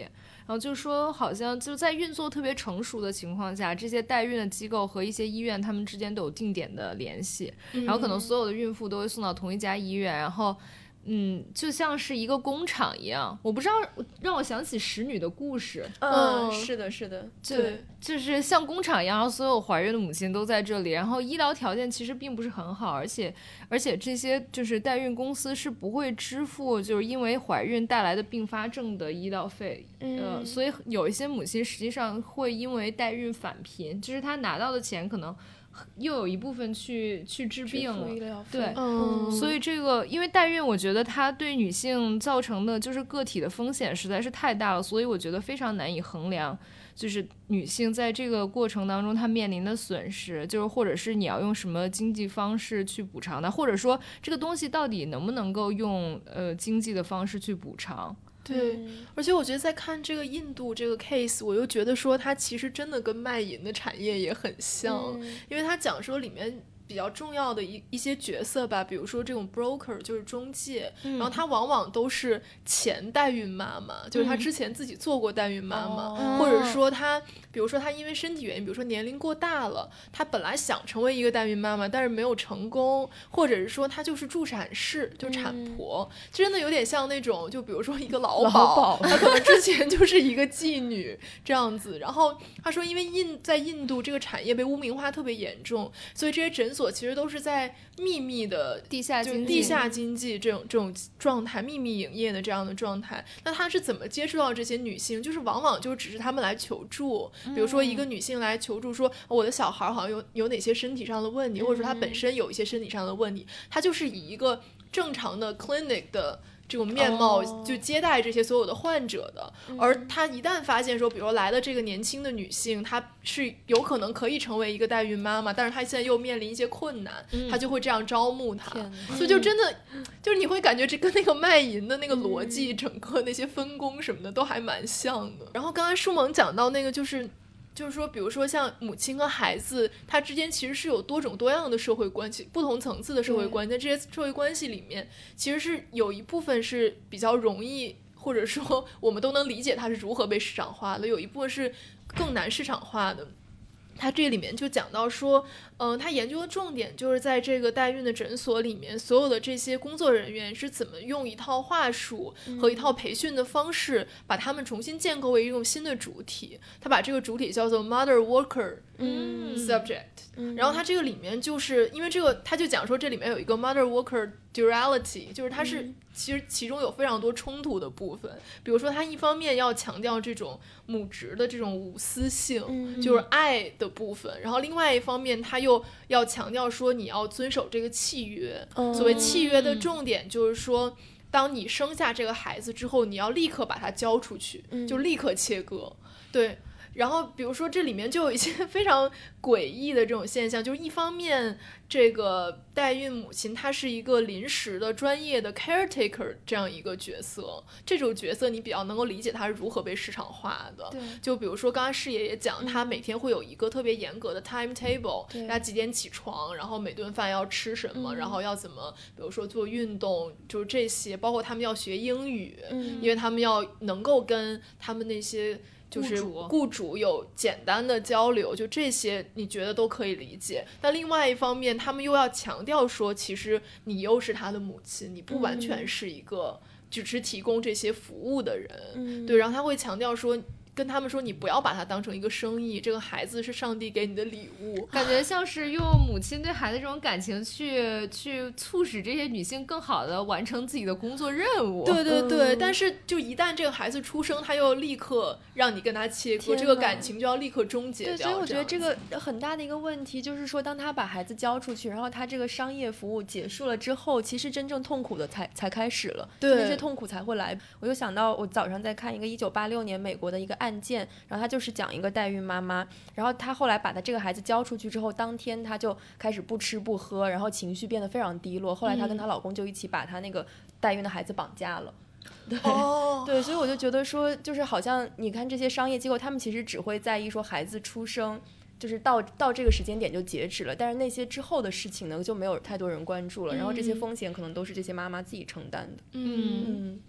然后就说好像就在运作特别成熟的情况下，这些代孕的机构和一些医院他们之间都有定点的联系，嗯、然后可能所有的孕妇都会送到同一家医院，然后嗯，就像是一个工厂一样，我不知道，让我想起使女的故事。 嗯，是的，是的， 对，就是像工厂一样，然后所有怀孕的母亲都在这里，然后医疗条件其实并不是很好，而且而且这些就是代孕公司是不会支付就是因为怀孕带来的并发症的医疗费，嗯、呃，所以有一些母亲实际上会因为代孕返贫，就是她拿到的钱可能又有一部分去去治病了，对、嗯，所以这个因为代孕，我觉得它对女性造成的就是个体的风险实在是太大了，所以我觉得非常难以衡量，就是女性在这个过程当中她面临的损失，就是或者是你要用什么经济方式去补偿它，或者说这个东西到底能不能够用呃经济的方式去补偿。 对，而且我觉得在看这个印度这个 case， 我又觉得说它其实真的跟卖淫的产业也很像，嗯、因为它讲说里面比较重要的一一些角色吧，比如说这种 broker 就是中介、嗯、然后他往往都是前代孕妈妈，就是他之前自己做过代孕妈妈、嗯、或者说他比如说他因为身体原因，比如说年龄过大了，他本来想成为一个代孕妈妈但是没有成功，或者是说他就是助产士，就产婆、嗯、真的有点像那种就比如说一个老鸨，他可能之前就是一个妓女这样子。然后他说因为印在印度这个产业被污名化特别严重，所以这些诊所其实都是在秘密的地下经济地下经济这种这种状态，秘密营业的这样的状态。那他是怎么接触到这些女性？就是往往就只是他们来求助，比如说一个女性来求助说、嗯、我的小孩好像有有哪些身体上的问题、嗯、或者说他本身有一些身体上的问题，他就是以一个正常的 clinic 的这种面貌就接待这些所有的患者的、哦、而他一旦发现说比如说来的这个年轻的女性她是有可能可以成为一个代孕妈妈，但是她现在又面临一些困难、嗯、她就会这样招募她，所以就真的、嗯、就是你会感觉这跟那个卖淫的那个逻辑、嗯、整个那些分工什么的都还蛮像的。然后刚才舒萌讲到那个就是就是说比如说像母亲和孩子他之间其实是有多种多样的社会关系，不同层次的社会关系，在这些社会关系里面其实是有一部分是比较容易或者说我们都能理解它是如何被市场化的，有一部分是更难市场化的。他这里面就讲到说嗯、呃，他研究的重点就是在这个代孕的诊所里面所有的这些工作人员是怎么用一套话术和一套培训的方式把他们重新建构为一种新的主体，他把这个主体叫做 mother worker 嗯 subject、嗯、然后他这个里面就是因为这个他就讲说这里面有一个 mother worker duality， 就是它是、嗯、其实其中有非常多冲突的部分，比如说他一方面要强调这种母职的这种无私性、嗯、就是爱的部分，然后另外一方面他又要强调说你要遵守这个契约、嗯、所谓契约的重点就是说当你生下这个孩子之后你要立刻把它交出去、嗯、就立刻切割，对。然后比如说这里面就有一些非常诡异的这种现象，就是一方面这个代孕母亲她是一个临时的专业的 caretaker 这样一个角色，这种角色你比较能够理解她是如何被市场化的，就比如说刚刚师爷也讲她每天会有一个特别严格的 timetable，她几点起床，然后每顿饭要吃什么、嗯、然后要怎么比如说做运动，就是这些，包括他们要学英语、嗯、因为他们要能够跟他们那些就是雇主有简单的交流，就这些你觉得都可以理解。但另外一方面他们又要强调说其实你又是他的母亲，你不完全是一个只是提供这些服务的人、嗯、对。然后他会强调说跟他们说你不要把它当成一个生意，这个孩子是上帝给你的礼物， 感觉像是用母亲对孩子这种感情去去促使这些女性更好的完成自己的工作任务。 对对对、嗯、但是就一旦这个孩子出生他又立刻让你跟他切割，这个感情就要立刻终结掉。 对，所以我觉得这个很大的一个问题就是说当他把孩子交出去，然后他这个商业服务结束了之后，其实真正痛苦的才才开始了，对，那些痛苦才会来。我就想到我早上在看一个一九八六年美国的一个案件，然后他就是讲一个代孕妈妈，然后他后来把他这个孩子交出去之后，当天他就开始不吃不喝，然后情绪变得非常低落，后来他跟她老公就一起把他那个代孕的孩子绑架了。对、oh. 对，所以我就觉得说就是好像你看这些商业机构他们其实只会在意说孩子出生就是到到这个时间点就截止了，但是那些之后的事情呢就没有太多人关注了、嗯、然后这些风险可能都是这些妈妈自己承担的。 嗯嗯，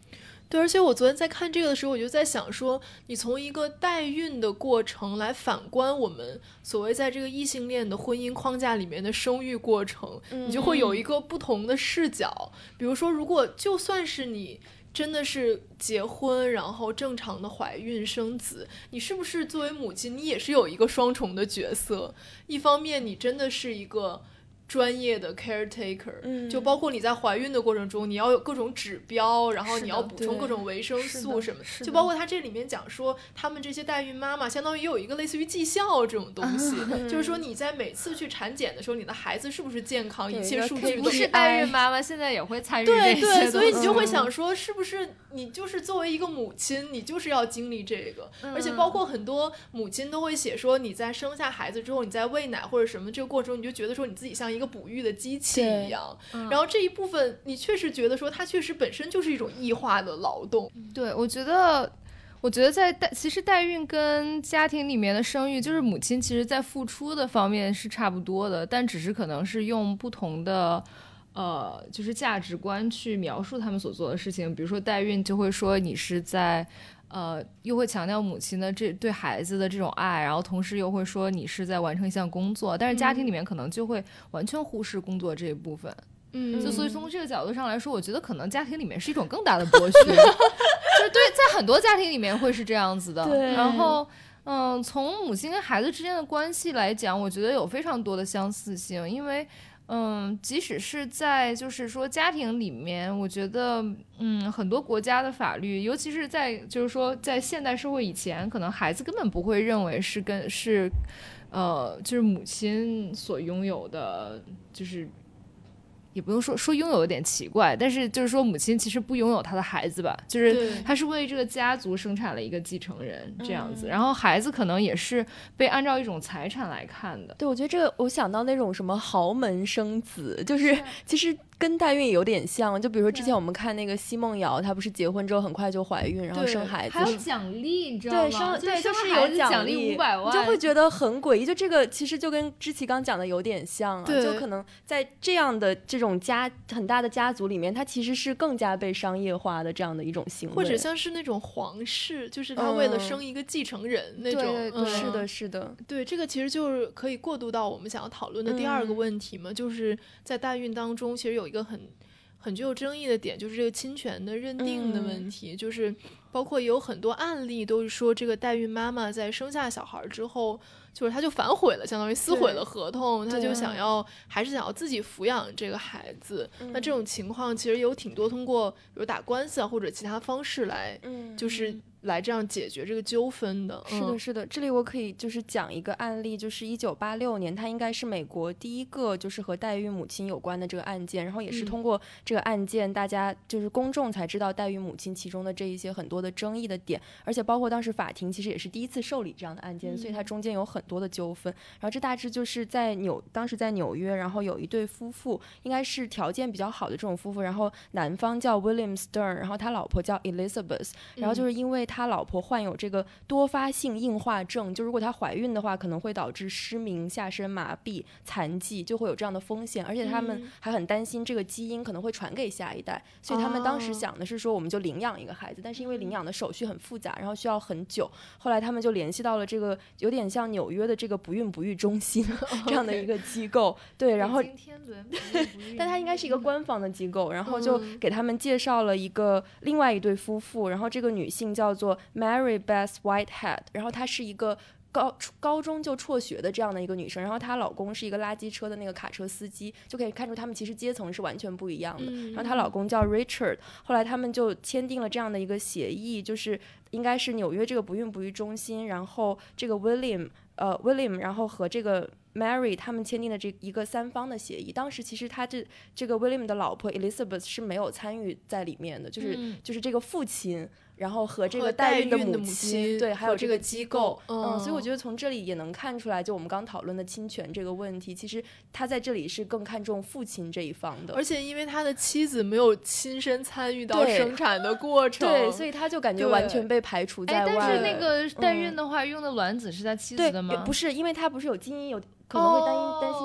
对，而且我昨天在看这个的时候，我就在想说，你从一个代孕的过程来反观我们所谓在这个异性恋的婚姻框架里面的生育过程， 嗯、 你就会有一个不同的视角。比如说，如果就算是你真的是结婚，然后正常的怀孕生子，你是不是作为母亲，你也是有一个双重的角色？一方面，你真的是一个专业的 caretaker、嗯、就包括你在怀孕的过程中，你要有各种指标，然后你要补充各种维生素什么，就包括他这里面讲说他们这些代孕妈妈相当于有一个类似于绩效这种东西、嗯、就是说你在每次去产检的时候，你的孩子是不是健康，一切数据不是代孕妈妈现在也会参与这些， 对对，所以你就会想说是不是你就是作为一个母亲，你就是要经历这个、嗯、而且包括很多母亲都会写说你在生下孩子之后，你在喂奶或者什么这个过程中，你就觉得说你自己像一个哺育的机器一样、嗯、然后这一部分你确实觉得说它确实本身就是一种异化的劳动。 对，我觉得我觉得在代其实代孕跟家庭里面的生育，就是母亲其实在付出的方面是差不多的，但只是可能是用不同的呃，就是价值观去描述他们所做的事情。比如说代孕就会说你是在呃，又会强调母亲的这对孩子的这种爱，然后同时又会说你是在完成一项工作，但是家庭里面可能就会完全忽视工作这一部分。嗯，就所以从这个角度上来说，我觉得可能家庭里面是一种更大的剥削，就是对，在很多家庭里面会是这样子的。 对， 然后嗯，从母亲跟孩子之间的关系来讲，我觉得有非常多的相似性，因为嗯，即使是在就是说家庭里面，我觉得嗯，很多国家的法律，尤其是在就是说在现代社会以前，可能孩子根本不会认为是跟是呃，就是母亲所拥有的，就是也不用说说拥有有点奇怪，但是就是说母亲其实不拥有她的孩子吧，就是她是为这个家族生产了一个继承人这样子、嗯、然后孩子可能也是被按照一种财产来看的。 对，我觉得这个我想到那种什么豪门生子，就是其实跟代孕有点像，就比如说之前我们看那个奚梦瑶，她不是结婚之后很快就怀孕，然后生孩子， 还有奖励，你知道吗？ 对，生对就是有奖励五百万， 你就会觉得很诡异。就这个其实就跟知琪刚讲的有点像啊，就可能在这样的这种家很大的家族里面，它其实是更加被商业化的这样的一种行为， 或者像是那种皇室，就是他为了生一个继承人、嗯、那种， 对对对、 嗯、 是的，是的， 对，这个其实就是可以过渡到我们想要讨论的第二个问题嘛，嗯、就是在代孕当中，其实有一个很。很具有争议的点就是这个侵权的认定的问题、嗯、就是包括有很多案例都是说这个代孕妈妈在生下小孩之后，就是她就反悔了，相当于撕毁了合同，她就想要还是想要自己抚养这个孩子、嗯、那这种情况其实有挺多通过比如打官司啊或者其他方式来、嗯、就是来这样解决这个纠纷的。 是的，是的、嗯、这里我可以就是讲一个案例，就是一九八六年，它应该是美国第一个就是和代孕母亲有关的这个案件，然后也是通过这个案件、嗯、大家就是公众才知道代孕母亲其中的这一些很多的争议的点，而且包括当时法庭其实也是第一次受理这样的案件、嗯、所以它中间有很多的纠纷。然后这大致就是在纽当时在纽约，然后有一对夫妇，应该是条件比较好的这种夫妇，然后男方叫 William Stern， 然后他老婆叫 Elizabeth， 然后就是因为他老婆患有这个多发性硬化症，就如果她怀孕的话可能会导致失明、下身麻痹、残疾，就会有这样的风险，而且他们还很担心这个基因可能会传给下一代，所以他们当时想的是说我们就领养一个孩子，但是因为领养的手续很复杂，然后需要很久，后来他们就联系到了这个有点像纽约的这个不孕不育中心这样的一个机构对，然后但它应该是一个官方的机构，然后就给他们介绍了一个另外一对夫妇，然后这个女性叫做 Mary Beth Whitehead， 然后她是一个高高中就辍学的这样的一个女生，然后她老公是一个垃圾车的那个卡车司机，就可以看出他们其实阶层是完全不一样的、嗯、然后她老公叫 Richard， 后来他们就签订了这样的一个协议，就是应该是纽约这个不孕不育中心，然后这个 William 呃 William 然后和这个Mary 他们签订的这一个三方的协议，当时其实他这这个 William 的老婆 Elizabeth 是没有参与在里面的，就是、嗯、就是这个父亲然后和这个代孕的母亲，对，还有这个机构，嗯, 嗯，所以我觉得从这里也能看出来，就我们刚讨论的侵权这个问题，其实他在这里是更看重父亲这一方的， 而且因为他的妻子没有亲身参与到生产的过程， 对，所以他就感觉完全被排除在外。 但是那个代孕的话、嗯、用的卵子是他妻子的吗？ 对，不是，因为他不是有基因有可能会担心、哦、担心基因的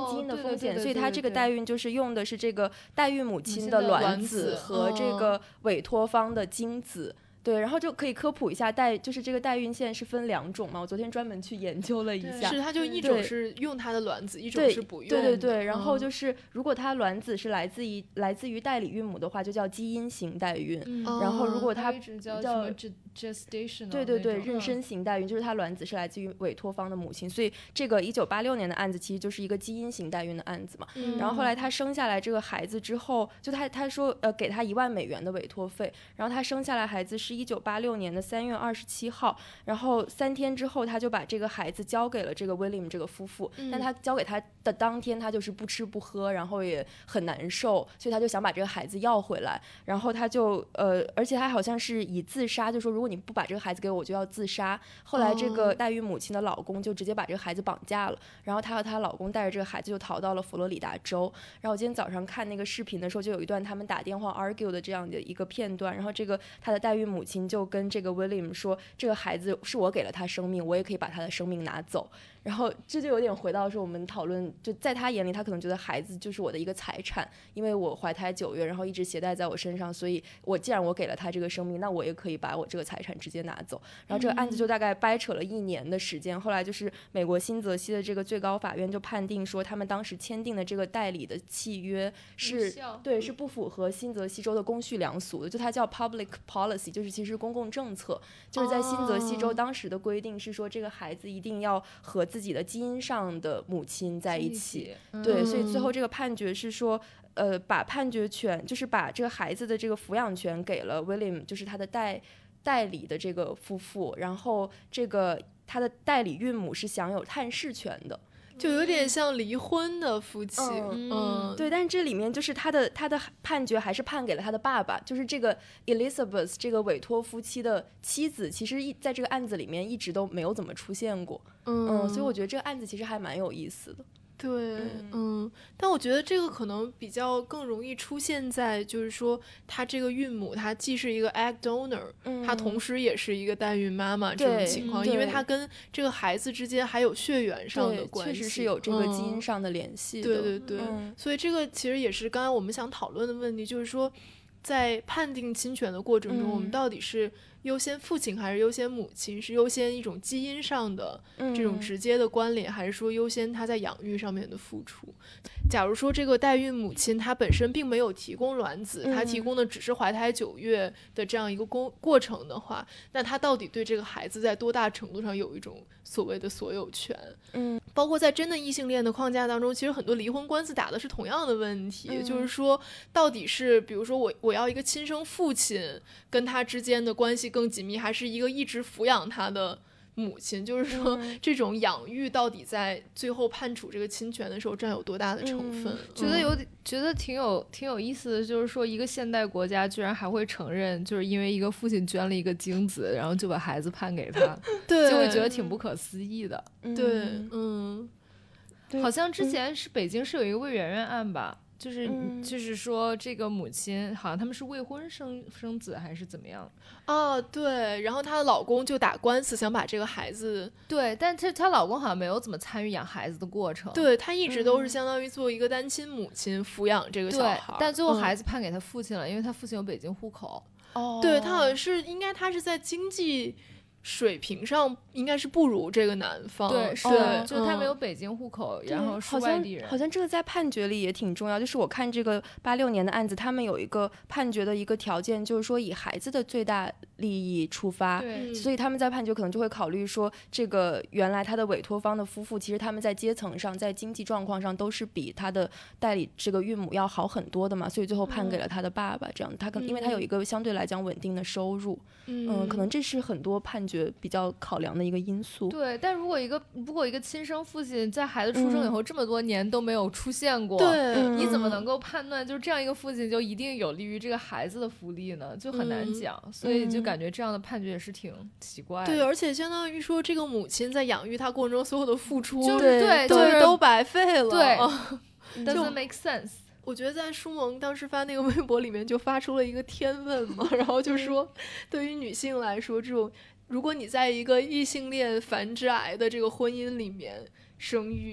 风险， 对对对所以他这个对代孕就是用的是这个代孕母亲的母亲的卵卵子和这哦个委托方的精子。对，然后就可以科普一下代，就是这个代孕线是分两种嘛，我昨天专门去研究了一下。 是，它就一种是用它的卵子，一种是不用的。 对对对，然后嗯就是如果它卵子是来自于来自于代理孕母的话，就叫基因型代孕。 嗯然后如果它它一直叫什么 gestation， 对对对， 那种妊娠型代孕就是它卵子是来自于委托方的母亲，所以这个一九八六年的案子其实就是一个基因型代孕的案子嘛。 嗯然后后来她生下来这个孩子之后，就她她说呃给她一万美元的委托费，然后她生下来孩子是一九八六年的三月二十七号，然后三天之后她就把这个孩子交给了这个 William 这个夫妇， 嗯但她交给他的当天她就是不吃不喝，然后也很难受，所以她就想把这个孩子要回来，然后她就呃而且她好像是以自杀，就说如果你不把这个孩子给我，我就要自杀。后来这个代孕母亲的老公就直接把这个孩子绑架了，然后她和她老公带着这个孩子就逃到了佛罗里达州。然后我今天早上看那个视频的时候，就有一段他们打电话 argue 的这样的一个片段，然后这个她的代孕母亲就跟这个 William 说，这个孩子是我给了他生命，我也可以把他的生命拿走。然后这就有点回到说我们讨论，就在他眼里，他可能觉得孩子就是我的一个财产，因为我怀胎九月，然后一直携带在我身上，所以我既然我给了他这个生命，那我也可以把我这个财产直接拿走。然后这个案子就大概掰扯了一年的时间，后来就是美国新泽西的这个最高法院就判定说，他们当时签订的这个代理的契约是对是不符合新泽西州的公序良俗的，就它叫 public policy， 就是其实公共政策，就是在新泽西州当时的规定是说，这个孩子一定要和自己的基因上的母亲在一起。对，所以最后这个判决是说，呃，把判决权就是把这个孩子的这个抚养权给了 William， 就是他的代代理的这个夫妇，然后这个他的代理孕母是享有探视权的。 就有点像离婚的夫妻。 嗯嗯， 对，但是这里面就是他的他的判决还是判给了他的爸爸，就是这个 Elizabeth 这个委托夫妻的妻子，其实一在这个案子里面一直都没有怎么出现过。 嗯嗯，所以我觉得这个案子其实还蛮有意思的。 对， 嗯嗯，但我觉得这个可能比较更容易出现在，就是说，她这个孕母，她既是一个 egg donor， 嗯她同时也是一个代孕妈妈这种对情况， 对因为她跟这个孩子之间还有血缘上的对， 关系， 确实是有这个基因嗯上的联系的。 对对对， 嗯所以这个其实也是刚才我们想讨论的问题，就是说，在判定侵权的过程中， 嗯我们到底是优先父亲还是优先母亲？是优先一种基因上的这种嗯直接的关联，还是说优先他在养育上面的付出？假如说这个代孕母亲她本身并没有提供卵子，她提嗯供的只是怀胎九月的这样一个过过程的话，那她到底对这个孩子在多大程度上有一种所谓的所有权？ 嗯， 包括在真的异性恋的框架当中，其实很多离婚官司打的是同样的问题， 嗯就是说到底是比如说我我要一个亲生父亲跟他之间的关系更紧密，还是一个一直抚养他的母亲？就是说、 嗯这种养育到底在最后判处这个侵权的时候占有多大的成分？ 嗯觉得有点觉得挺有挺有意思的，就是说一个现代国家居然还会承认，就是因为一个父亲捐了一个精子，然后就把孩子判给他， 对， 就会觉得挺不可思议的。 对， 嗯嗯， 对好像之前是北京是有一个魏媛媛案吧，就是、 嗯就是说这个母亲好像他们是未婚生生子还是怎么样？ 哦，对，然后她的老公就打官司想把这个孩子， 对，但她她老公好像没有怎么参与养孩子的过程。 对她一直都是嗯相当于做一个单亲母亲抚养这个小对孩儿，， 但最后嗯孩子判给他父亲了，因为他父亲有北京户口。 哦， 对他好像是应该他是在经济水平上应该是不如这个男方， 对，是对的，就是他嗯没有北京户口， 对然后是好像外地人。 好像这个在判决里也挺重要。就是我看这个八六年的案子，他们有一个判决的一个条件，就是说以孩子的最大利益出发。 对， 嗯所以他们在判决可能就会考虑说，这个原来他的委托方的夫妇，其实他们在阶层上、在经济状况上都是比他的代理这个孕母要好很多的嘛，所以最后判给了他的爸爸。这样，他可能因为他有一个相对来讲稳定的收入， 嗯嗯，可能这是很多判决比较考量的一个因素。 对，但如果一个如果一个亲生父亲在孩子出生以后这么多年都没有出现过， 对， 嗯你怎么能够判断就是这样一个父亲就一定有利于这个孩子的福利呢？就很难嗯讲，所以就嗯感觉这样的判决也是挺奇怪的。 对，而且相当于说这个母亲在养育他过程中所有的付出， 就是对对， 都就是都白费了。 对嗯 ，doesn't make sense。 我觉得在舒萌当时发那个微博里面就发出了一个天问嘛，然后就说，对于女性来说，这种如果你在一个异性恋繁殖癌的这个婚姻里面生育，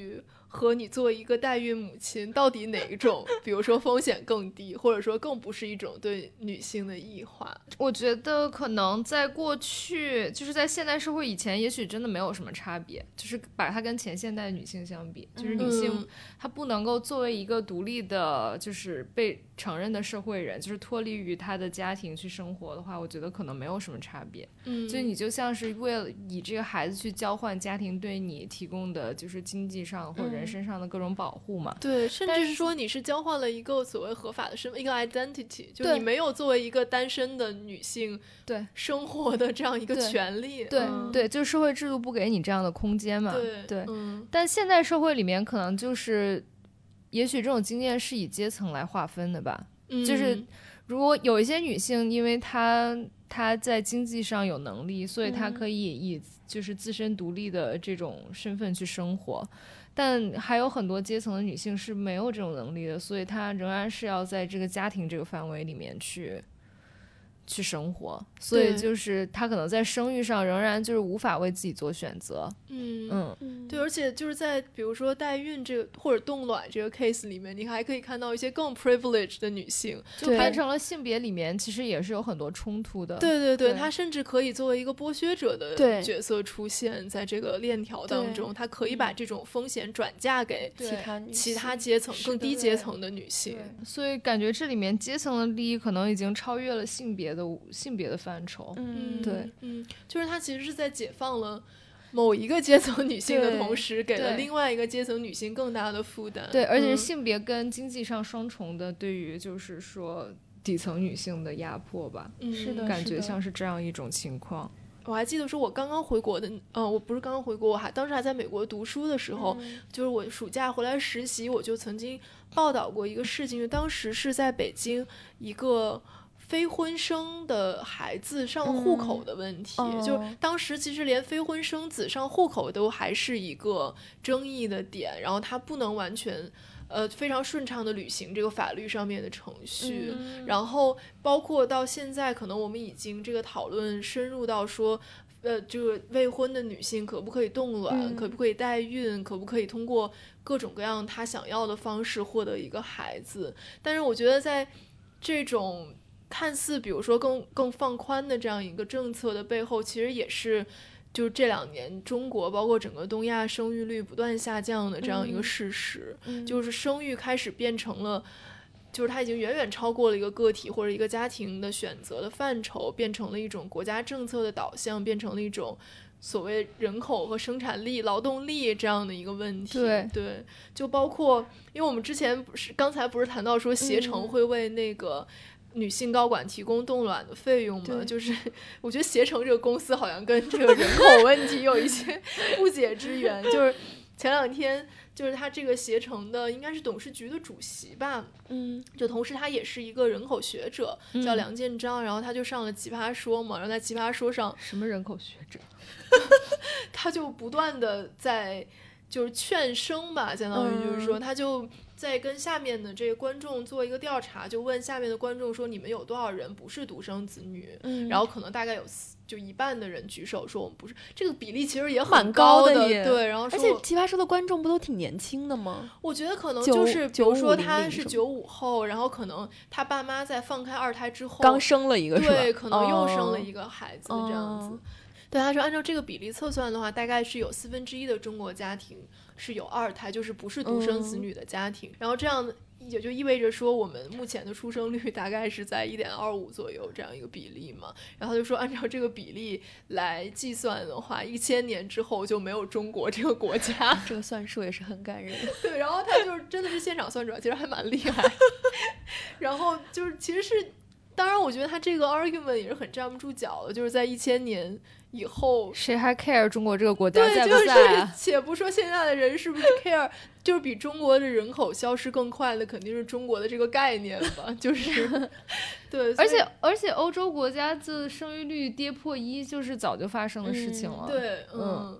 和你作为一个代孕母亲到底哪一种比如说风险更低，或者说更不是一种对女性的异化？ 我觉得可能在过去就是在现代社会以前也许真的没有什么差别，就是把它跟前现代女性相比，就是女性她不能够作为一个独立的就是被承认的社会人，就是脱离于她的家庭去生活的话，我觉得可能没有什么差别。嗯，就你就像是为了以这个孩子去交换家庭对你提供的就是经济上或者人身上的各种保护嘛。 对，甚至是说你是交换了一个所谓合法的身份，一个 identity， 就你没有作为一个单身的女性对生活的这样一个权利。 对、 嗯、 对，就是社会制度不给你这样的空间嘛。 对对、 嗯， 但现代社会里面可能就是也许这种经验是以阶层来划分的吧。 嗯、 就是如果有一些女性因为她她在经济上有能力，所以她可以以就是自身独立的这种身份去生活，但还有很多阶层的女性是没有这种能力的，所以她仍然是要在这个家庭这个范围里面去去生活，所以就是她可能在生育上仍然就是无法为自己做选择。 嗯嗯，对，而且就是在比如说代孕这个或者冻卵这个 case 里面，你还可以看到一些更 privileged 的女性， 就变成了性别里面其实也是有很多冲突的。 对对对，她甚至可以作为一个剥削者的角色出现在这个链条当中，她可以把这种风险转嫁给其他其他阶层更低阶层的女性。 所以感觉这里面阶层的利益可能已经超越了性别的性别的范畴。 嗯， 对， 嗯，就是它其实是在解放了某一个阶层女性的同时，给了另外一个阶层女性更大的负担。 对，而且是性别跟经济上双重的对于就是说底层女性的压迫吧。 嗯， 是的， 感觉像是这样一种情况。 我还记得说我刚刚回国的呃，我不是刚刚回国，我还当时还在美国读书的时候、嗯、就是我暑假回来实习，我就曾经报道过一个事情，当时是在北京一个非婚生的孩子上户口的问题、嗯、就当时其实连非婚生子上户口都还是一个争议的点，然后他不能完全呃非常顺畅的履行这个法律上面的程序、嗯、然后包括到现在可能我们已经这个讨论深入到说呃，这个未婚的女性可不可以冻卵、嗯、可不可以代孕，可不可以通过各种各样她想要的方式获得一个孩子。但是我觉得在这种看似比如说更更放宽的这样一个政策的背后，其实也是就这两年中国包括整个东亚生育率不断下降的这样一个事实、嗯、就是生育开始变成了就是它已经远远超过了一个个体或者一个家庭的选择的范畴，变成了一种国家政策的导向，变成了一种所谓人口和生产力劳动力这样的一个问题。 对对，就包括因为我们之前不是刚才不是谈到说携程会为那个女性高管提供冻卵的费用嘛，就是我觉得携程这个公司好像跟这个人口问题有一些不解之缘。就是前两天就是他这个携程的应该是董事局的主席吧，嗯，就同时他也是一个人口学者、嗯、叫梁建章，然后他就上了奇葩说嘛，然后在奇葩说上什么人口学者他就不断的在就是劝生吧，相当于就是说、嗯、他就在跟下面的这个观众做一个调查，就问下面的观众说你们有多少人不是独生子女、嗯、然后可能大概有就一半的人举手说我们不是，这个比例其实也很高的， 的对，然后说而且奇葩说的观众不都挺年轻的吗？ 我觉得可能就是比如说他是九五后，然后可能他爸妈在放开二胎之后刚生了一个， 对， 是吧？ 可能又生了一个孩子、哦、这样子。对，他说按照这个比例测算的话，大概是有四分之一的中国家庭是有二胎，就是不是独生子女的家庭、嗯、然后这样也就意味着说我们目前的出生率大概是在 一点二五 左右这样一个比例嘛。然后他就说按照这个比例来计算的话，一千年之后就没有中国这个国家。 这个算数也是很感人。 对，然后他就是真的是现场算出来，其实还蛮厉害。然后就是其实是当然我觉得他这个 argument 也是很站不住脚的，就是在一千年以后谁还 care 中国这个国家在不在、 啊、就是且不说现在的人是不是 care 就是比中国的人口消失更快的肯定是中国的这个概念吧。就是对， 而且而且欧洲国家的生育率跌破一就是早就发生的事情了、 嗯、对嗯，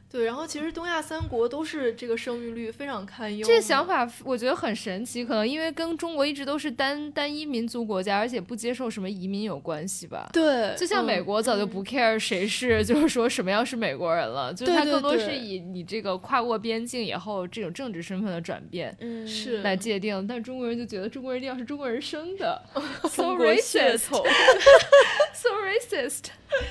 对，然后其实东亚三国都是这个生育率非常堪忧。 这个想法我觉得很神奇，可能因为跟中国一直都是单单一民族国家，而且不接受什么移民有关系吧。 对， 就像美国早就不 care 谁是、嗯、就是说什么样是美国人了，就是它更多是以你这个跨过边境以后这种政治身份的转变是来界定，但中国人就觉得中国人一定要是中国人生的 so racist so racist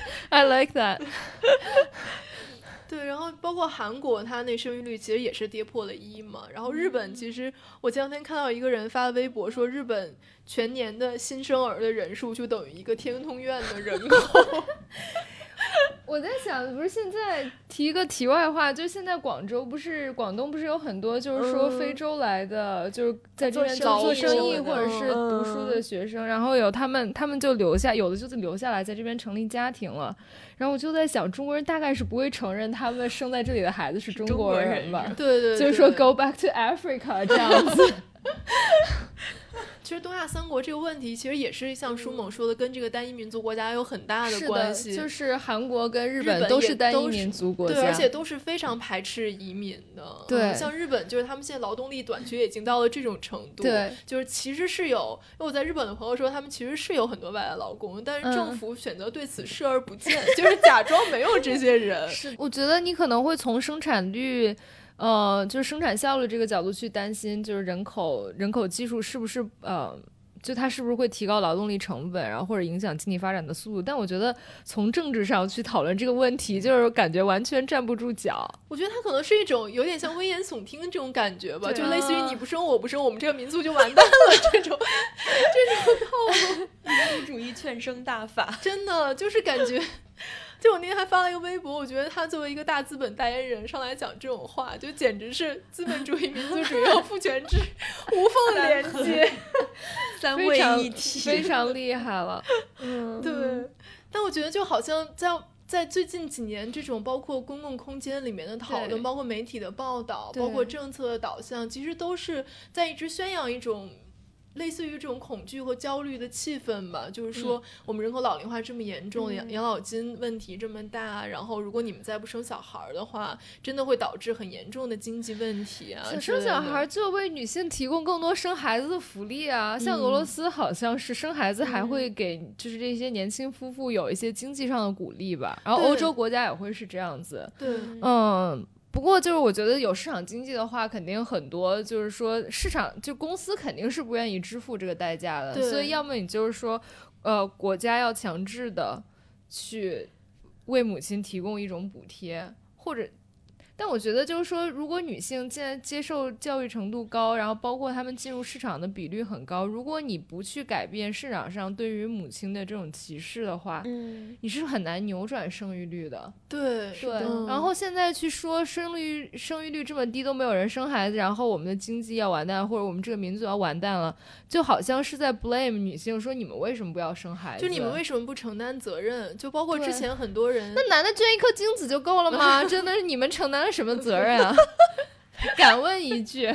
I like that 对，然后包括韩国，它那生育率其实也是跌破了一嘛。然后日本，其实我前两天看到一个人发微博说，日本全年的新生儿的人数就等于一个天通苑的人口。 我在想，不是现在提一个题外话，就是现在广州不是广东不是有很多就是说非洲来的，嗯、就是在这边做生意或者是读书的学生，嗯、然后有他们他们就留下，有的就是留下来在这边成立家庭了。然后我就在想，中国人大概是不会承认他们生在这里的孩子是中国人吧？ 对 对, 对， 就是说 go back to Africa 这样子。 其实东亚三国这个问题其实也是像舒猛说的，跟这个单一民族国家有很大的关系。 就是韩国跟日本都是单一民族国家， 对，而且都是非常排斥移民的。 对、 嗯，像日本就是他们现在劳动力短缺已经到了这种程度。 对， 就是其实是有，因为我在日本的朋友说他们其实是有很多外来劳工，但是政府选择对此视而不见，嗯、就是假装没有这些人。 是，我觉得你可能会从生产率。呃，就是生产效率这个角度去担心，就是人口人口基数是不是呃，就它是不是会提高劳动力成本，然后或者影响经济发展的速度。但我觉得从政治上去讨论这个问题，就是感觉完全站不住脚。 我觉得它可能是一种有点像危言耸听的这种感觉吧，就类似于你不生我不生，我们这个民族就完蛋了这种这种套路。 民族主义劝生大法， 真的就是感觉。就我那天还发了一个微博，我觉得他作为一个大资本代言人上来讲这种话，就简直是资本主义民族主义和父权制无缝连接， 三位一体， 非常厉害了。嗯， 对。但我觉得就好像在在最近几年，这种包括公共空间里面的讨论，包括媒体的报道，包括政策的导向，其实都是在一直宣扬一种。类似于这种恐惧和焦虑的气氛吧，就是说我们人口老龄化这么严重，养、嗯、养老金问题这么大，然后如果你们再不生小孩的话，真的会导致很严重的经济问题啊。 生小孩就为女性提供更多生孩子的福利啊，像俄罗斯好像是生孩子还会给就是这些年轻夫妇有一些经济上的鼓励吧，然后欧洲国家也会是这样子。 对， 嗯。不过就是我觉得有市场经济的话，肯定很多就是说市场就公司肯定是不愿意支付这个代价的，所以要么你就是说呃国家要强制的去为母亲提供一种补贴，或者但我觉得就是说如果女性现在接受教育程度高，然后包括她们进入市场的比率很高，如果你不去改变市场上对于母亲的这种歧视的话，嗯，你是很难扭转生育率的。 对对，然后现在去说生育生育率这么低都没有人生孩子，然后我们的经济要完蛋，或者我们这个民族要完蛋了，就好像是在 blame 女性，说你们为什么不要生孩子， 就你们为什么不承担责任，就包括之前很多人， 那男的捐一颗精子就够了吗？真的是你们承担了什么责任啊？敢问一句。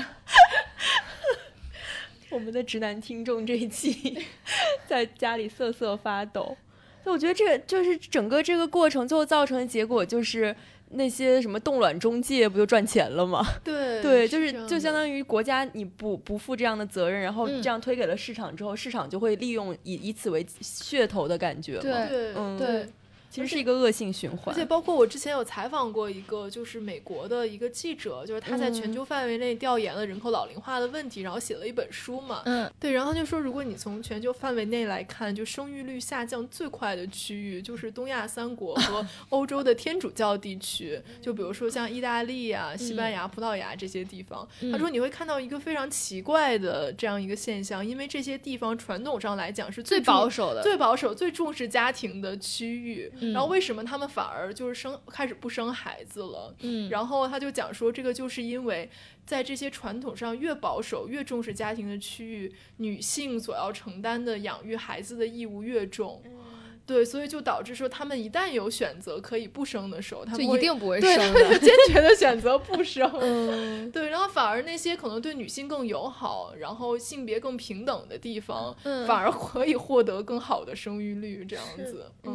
我们的直男听众这一期在家里瑟瑟发抖。我觉得这个就是整个这个过程最后造成的结果，就是那些什么冻卵中介不就赚钱了吗？ 对对，就是就相当于国家你不不负这样的责任，然后这样推给了市场之后，嗯、市场就会利用以以此为噱头的感觉嘛。 对对、嗯、对。 其实是一个恶性循环， 而且包括我之前有采访过一个就是美国的一个记者，就是他在全球范围内调研了人口老龄化的问题，然后写了一本书嘛。嗯，对，然后就说如果你从全球范围内来看，就生育率下降最快的区域就是东亚三国和欧洲的天主教地区，就比如说像意大利啊、西班牙、葡萄牙这些地方。他说你会看到一个非常奇怪的这样一个现象，因为这些地方传统上来讲是最保守的、 最保守、最重视家庭的区域。然后为什么他们反而就是生开始不生孩子了？嗯，然后他就讲说，这个就是因为在这些传统上越保守、越重视家庭的区域，女性所要承担的养育孩子的义务越重。嗯，对，所以就导致说，他们一旦有选择可以不生的时候，他们就一定不会生的， 对，就坚决的选择不生。嗯，对，然后反而那些可能对女性更友好，然后性别更平等的地方，嗯，反而可以获得更好的生育率，这样子。嗯。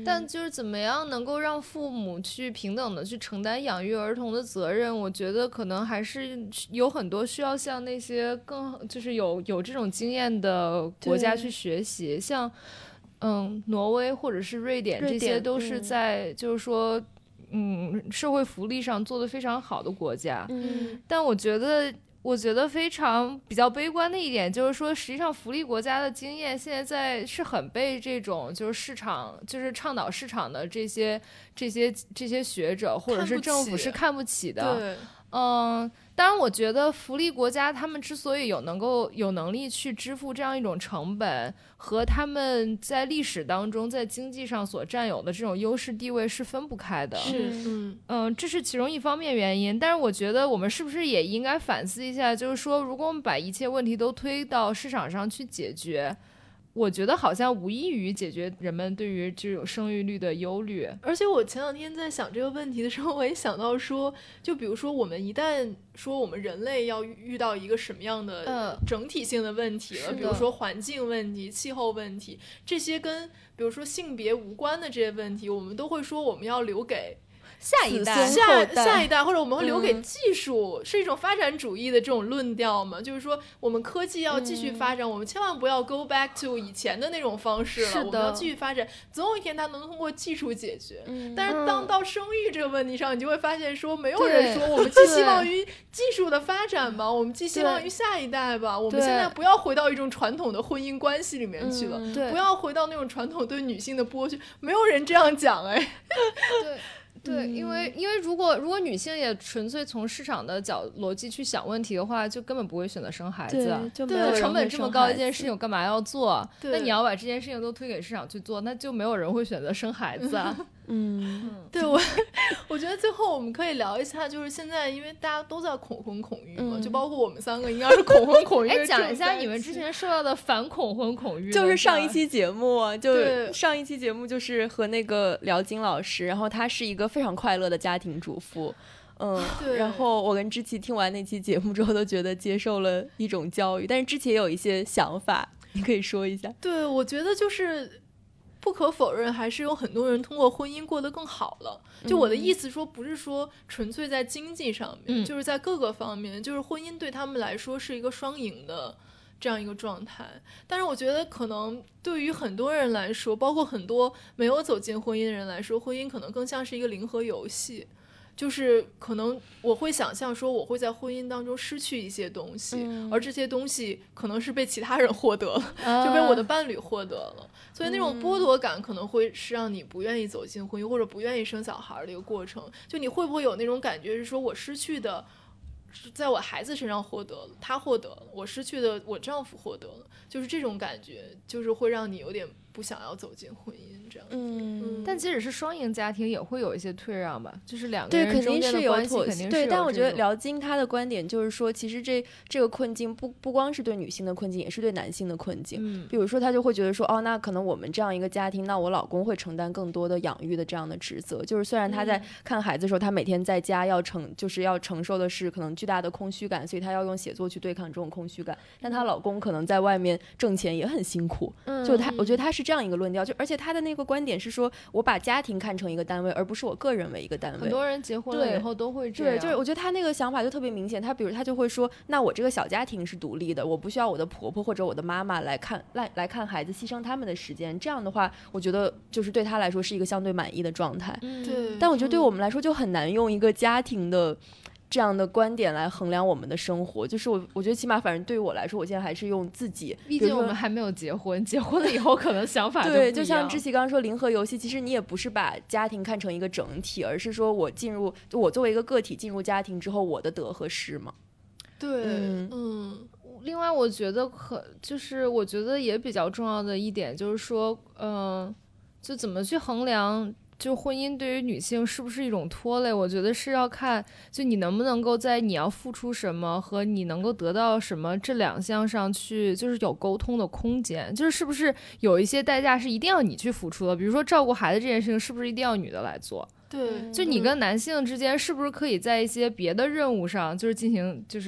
但就是怎么样能够让父母去平等的去承担养育儿童的责任，我觉得可能还是有很多需要向那些更就是有有这种经验的国家去学习，像嗯挪威或者是瑞典， 瑞典这些都是嗯在就是说嗯社会福利上做得非常好的国家。 嗯但我觉得我觉得非常比较悲观的一点就是说，实际上福利国家的经验现在在是很被这种就是市场就是倡导市场的这些这些这些学者或者是政府是看不起的。 对， 嗯，当然我觉得福利国家他们之所以有能够有能力去支付这样一种成本，和他们在历史当中在经济上所占有的这种优势地位是分不开的。 是，嗯嗯，这是其中一方面原因，但是我觉得我们是不是也应该反思一下，就是说如果我们把一切问题都推到市场上去解决，我觉得好像无异于解决人们对于这种生育率的忧虑。 而且我前两天在想这个问题的时候，我也想到说，就比如说我们一旦说我们人类要遇到一个什么样的嗯整体性的问题了， 是的比如说环境问题、气候问题，这些跟比如说性别无关的这些问题，我们都会说我们要留给下一代子孙下后代下一代，或者我们会留给嗯技术，是一种发展主义的这种论调嘛？就是说，我们科技要继续发展，我们千万不要 go back to 以前的那种方式了， 是的我们要继续发展，总有一天它能通过技术解决。 嗯但是当到生育这个问题上，你就会发现说，没有对人说我们寄希望于技术的发展吧，我们寄希望于下一代吧，我们对现在不要回到一种传统的婚姻关系里面去了， 嗯对不要回到那种传统对女性的剥削，没有人这样讲哎。 对对，因为因为如果如果女性也纯粹从市场的角逻辑去想问题的话，就根本不会选择生孩子。 对，就没对有人成本会这么高一生孩子件事情，我干嘛要做？ 对那你要把这件事情都推给市场去做，那就没有人会选择生孩子啊。 嗯对我，我觉得最后我们可以聊一下，就是现在因为大家都在恐婚恐育嘛， 嗯就包括我们三个应该是恐婚恐育的哎， 正讲一下在你们之起前受到的反恐婚恐育的事儿， 就是上一期节目啊，就对上一期节目就是和那个辽金老师，然后她是一个非常快乐的家庭主妇，嗯， 对然后我跟知琪听完那期节目之后都觉得接受了一种教育，但是之前也有一些想法，你可以说一下。 对，我觉得就是不可否认，还是有很多人通过婚姻过得更好了。就我的意思说，不是说纯粹在经济上面， 嗯就是在各个方面，就是婚姻对他们来说是一个双赢的这样一个状态。但是我觉得可能对于很多人来说，包括很多没有走进婚姻的人来说，婚姻可能更像是一个零和游戏。就是可能我会想象说，我会在婚姻当中失去一些东西， 嗯而这些东西可能是被其他人获得了， 啊就被我的伴侣获得了，所以那种剥夺感可能会是让你不愿意走进婚姻或者不愿意生小孩的一个过程。就你会不会有那种感觉是说，我失去的是在我孩子身上获得了，他获得了，我失去的我丈夫获得了，就是这种感觉，就是会让你有点不想要走进婚姻这样。 嗯， 但即使是双赢家庭，也会有一些退让吧，就是两个对， 人中肯定是有间的关系妥协。对， 肯定是有但我觉得这种辽金他的观点就是说，其实这这个困境不不光是对女性的困境，也是对男性的困境。 嗯比如说，他就会觉得说，哦，那可能我们这样一个家庭，那我老公会承担更多的养育的这样的职责。就是虽然他在嗯看孩子的时候，他每天在家要承，就是要承受的是可能巨大的空虚感，所以他要用写作去对抗这种空虚感。但她老公可能在外面挣钱也很辛苦， 嗯就他，我觉得他是这样一个论调。就而且他的那个观点是说，我把家庭看成一个单位，而不是我个人为一个单位。 很多人结婚了对以后都会这对， 样， 就是我觉得他那个想法就特别明显。他比如他就会说，那我这个小家庭是独立的，我不需要我的婆婆或者我的妈妈来看来来看孩子，牺牲他们的时间。这样的话，我觉得就是对他来说是一个相对满意的状态。 嗯对， 但我觉得对我们来说就很难用一个家庭的这样的观点来衡量我们的生活。就是我我觉得起码反正对于我来说，我现在还是用自己， 毕竟比如说我们还没有结婚，结婚了以后可能想法对， 就不一样就像知琪刚刚说零和游戏，其实你也不是把家庭看成一个整体，而是说我进入，就我作为一个个体进入家庭之后，我的得和失嘛。 对， 嗯嗯另外，我觉得可就是我觉得也比较重要的一点就是说，嗯、就怎么去衡量。就婚姻对于女性是不是一种拖累？我觉得是要看，就你能不能够在你要付出什么和你能够得到什么这两项上去，就是有沟通的空间。就是是不是有一些代价是一定要你去付出的？比如说照顾孩子这件事情，是不是一定要女的来做？ 对， 就你跟男性之间是不是可以在一些别的任务上，就是进行就是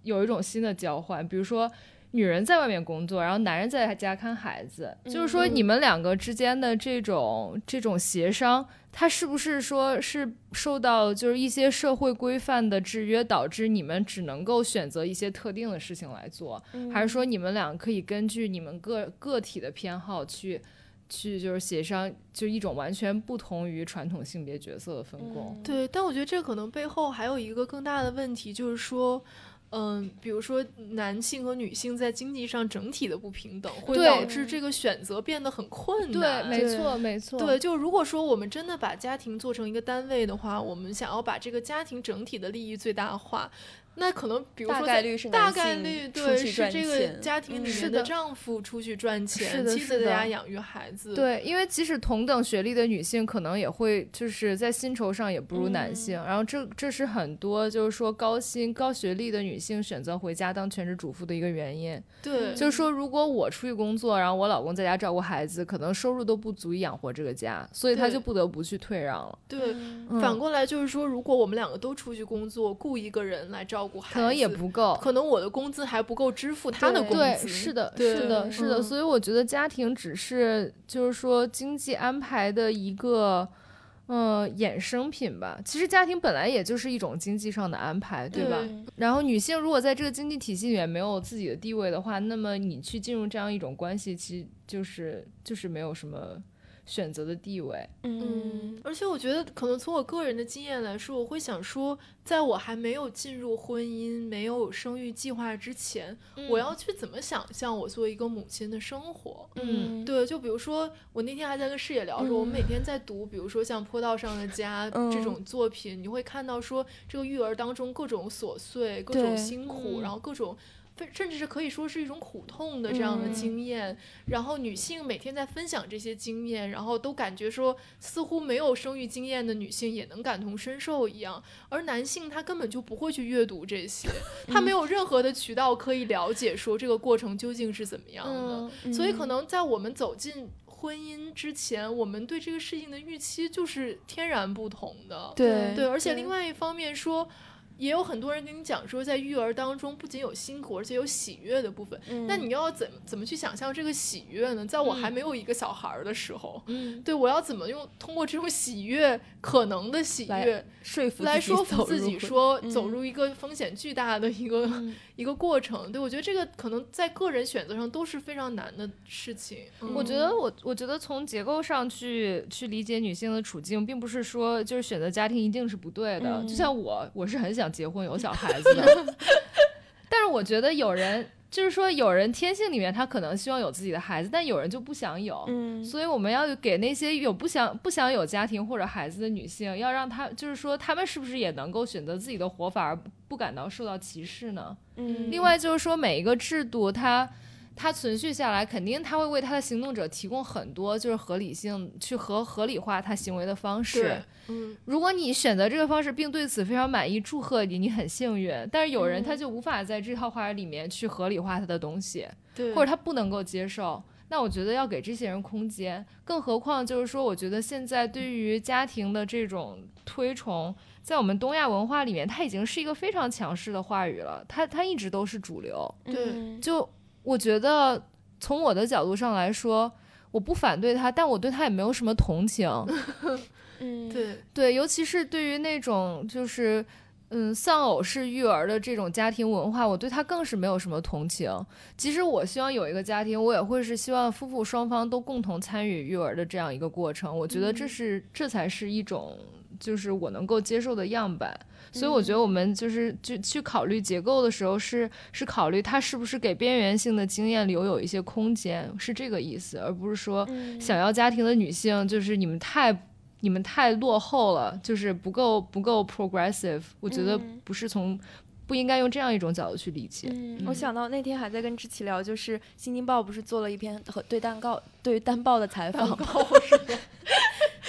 有一种新的交换，比如说女人在外面工作，然后男人在家看孩子，嗯、就是说你们两个之间的这种这种协商，它是不是说是受到就是一些社会规范的制约，导致你们只能够选择一些特定的事情来做，嗯、还是说你们俩可以根据你们个个体的偏好去去就是协商，就一种完全不同于传统性别角色的分工？ 嗯、对，但我觉得这可能背后还有一个更大的问题，就是说嗯，比如说男性和女性在经济上整体的不平等，会导致这个选择变得很困难。 对，没错，没错。 对，就如果说我们真的把家庭做成一个单位的话，我们想要把这个家庭整体的利益最大化。那可能比如说大概率是大概率对是这个家庭里面的丈夫出去赚钱，妻子在家养育孩子。 对，因为即使同等学历的女性可能也会就是在薪酬上也不如男性，嗯、然后这这是很多就是说高薪高学历的女性选择回家当全职主妇的一个原因。 对， 就是说如果我出去工作，然后我老公在家照顾孩子，可能收入都不足以养活这个家，所以他就不得不去退让了。 对，嗯、反过来就是说，如果我们两个都出去工作，雇一个人来照顾孩子， 可能也不够， 可能我的工资还不够支付他的工资。 对，是的，是的，是的。嗯、所以我觉得家庭只是就是说经济安排的一个呃衍生品吧。其实家庭本来也就是一种经济上的安排，对吧？对。然后女性如果在这个经济体系里面没有自己的地位的话，那么你去进入这样一种关系，其实就是就是没有什么选择的地位。 嗯，而且我觉得可能从我个人的经验来说，我会想说，在我还没有进入婚姻，没有生育计划之前，嗯、我要去怎么想象我作为一个母亲的生活。 嗯， 对，就比如说我那天还在跟视野聊说、嗯、我每天在读比如说像坡道上的家、嗯、这种作品，你会看到说这个育儿当中各种琐碎，各种辛苦、嗯、然后各种甚至是可以说是一种苦痛的这样的经验、嗯、然后女性每天在分享这些经验，然后都感觉说似乎没有生育经验的女性也能感同身受一样，而男性他根本就不会去阅读这些，他没有任何的渠道可以了解说这个过程究竟是怎么样的、嗯嗯、所以可能在我们走进婚姻之前，我们对这个事情的预期就是天然不同的。 对对，而且另外一方面说，也有很多人跟你讲说，在育儿当中不仅有辛苦，而且有喜悦的部分。嗯、那你要怎么怎么去想象这个喜悦呢？在我还没有一个小孩的时候，嗯，对，我要怎么用通过这种喜悦，可能的喜悦说服来说服自己说、 嗯、 走入一个风险巨大的一个、嗯、一个过程？对，我觉得这个可能在个人选择上都是非常难的事情。 嗯、我觉得我我觉得从结构上去去理解女性的处境，并不是说就是选择家庭一定是不对的。嗯、就像我，我是很想结婚有小孩子的，但是我觉得有人就是说有人天性里面他可能希望有自己的孩子，但有人就不想有、嗯、所以我们要给那些有不想不想有家庭或者孩子的女性，要让他就是说他们是不是也能够选择自己的活法而不感到受到歧视呢？嗯，另外就是说每一个制度它它存续下来，肯定它会为它的行动者提供很多就是合理性，去合合理化他行为的方式。 嗯， 如果你选择这个方式并对此非常满意，祝贺你，你很幸运。但是有人他就无法在这套话里面去合理化他的东西， 对， 或者他不能够接受。那我觉得要给这些人空间，更何况就是说，我觉得现在对于家庭的这种推崇，在我们东亚文化里面，它已经是一个非常强势的话语了，它它一直都是主流。 对， 就我觉得从我的角度上来说，我不反对他，但我对他也没有什么同情。 嗯，对对，尤其是对于那种就是嗯丧偶式育儿的这种家庭文化，我对他更是没有什么同情。即使我希望有一个家庭，我也会是希望夫妇双方都共同参与育儿的这样一个过程。我觉得这是、嗯、这才是一种就是我能够接受的样板。所以我觉得我们就是就去考虑结构的时候是是考虑它是不是给边缘性的经验留有一些空间，是这个意思，而不是说想要家庭的女性就是你们太你们太落后了，就是不够不够 progressive。 我觉得不是从不应该用这样一种角度去理解。 嗯嗯、我想到那天还在跟志奇聊，就是《新京报》不是做了一篇和对蛋糕对单报的采访吗？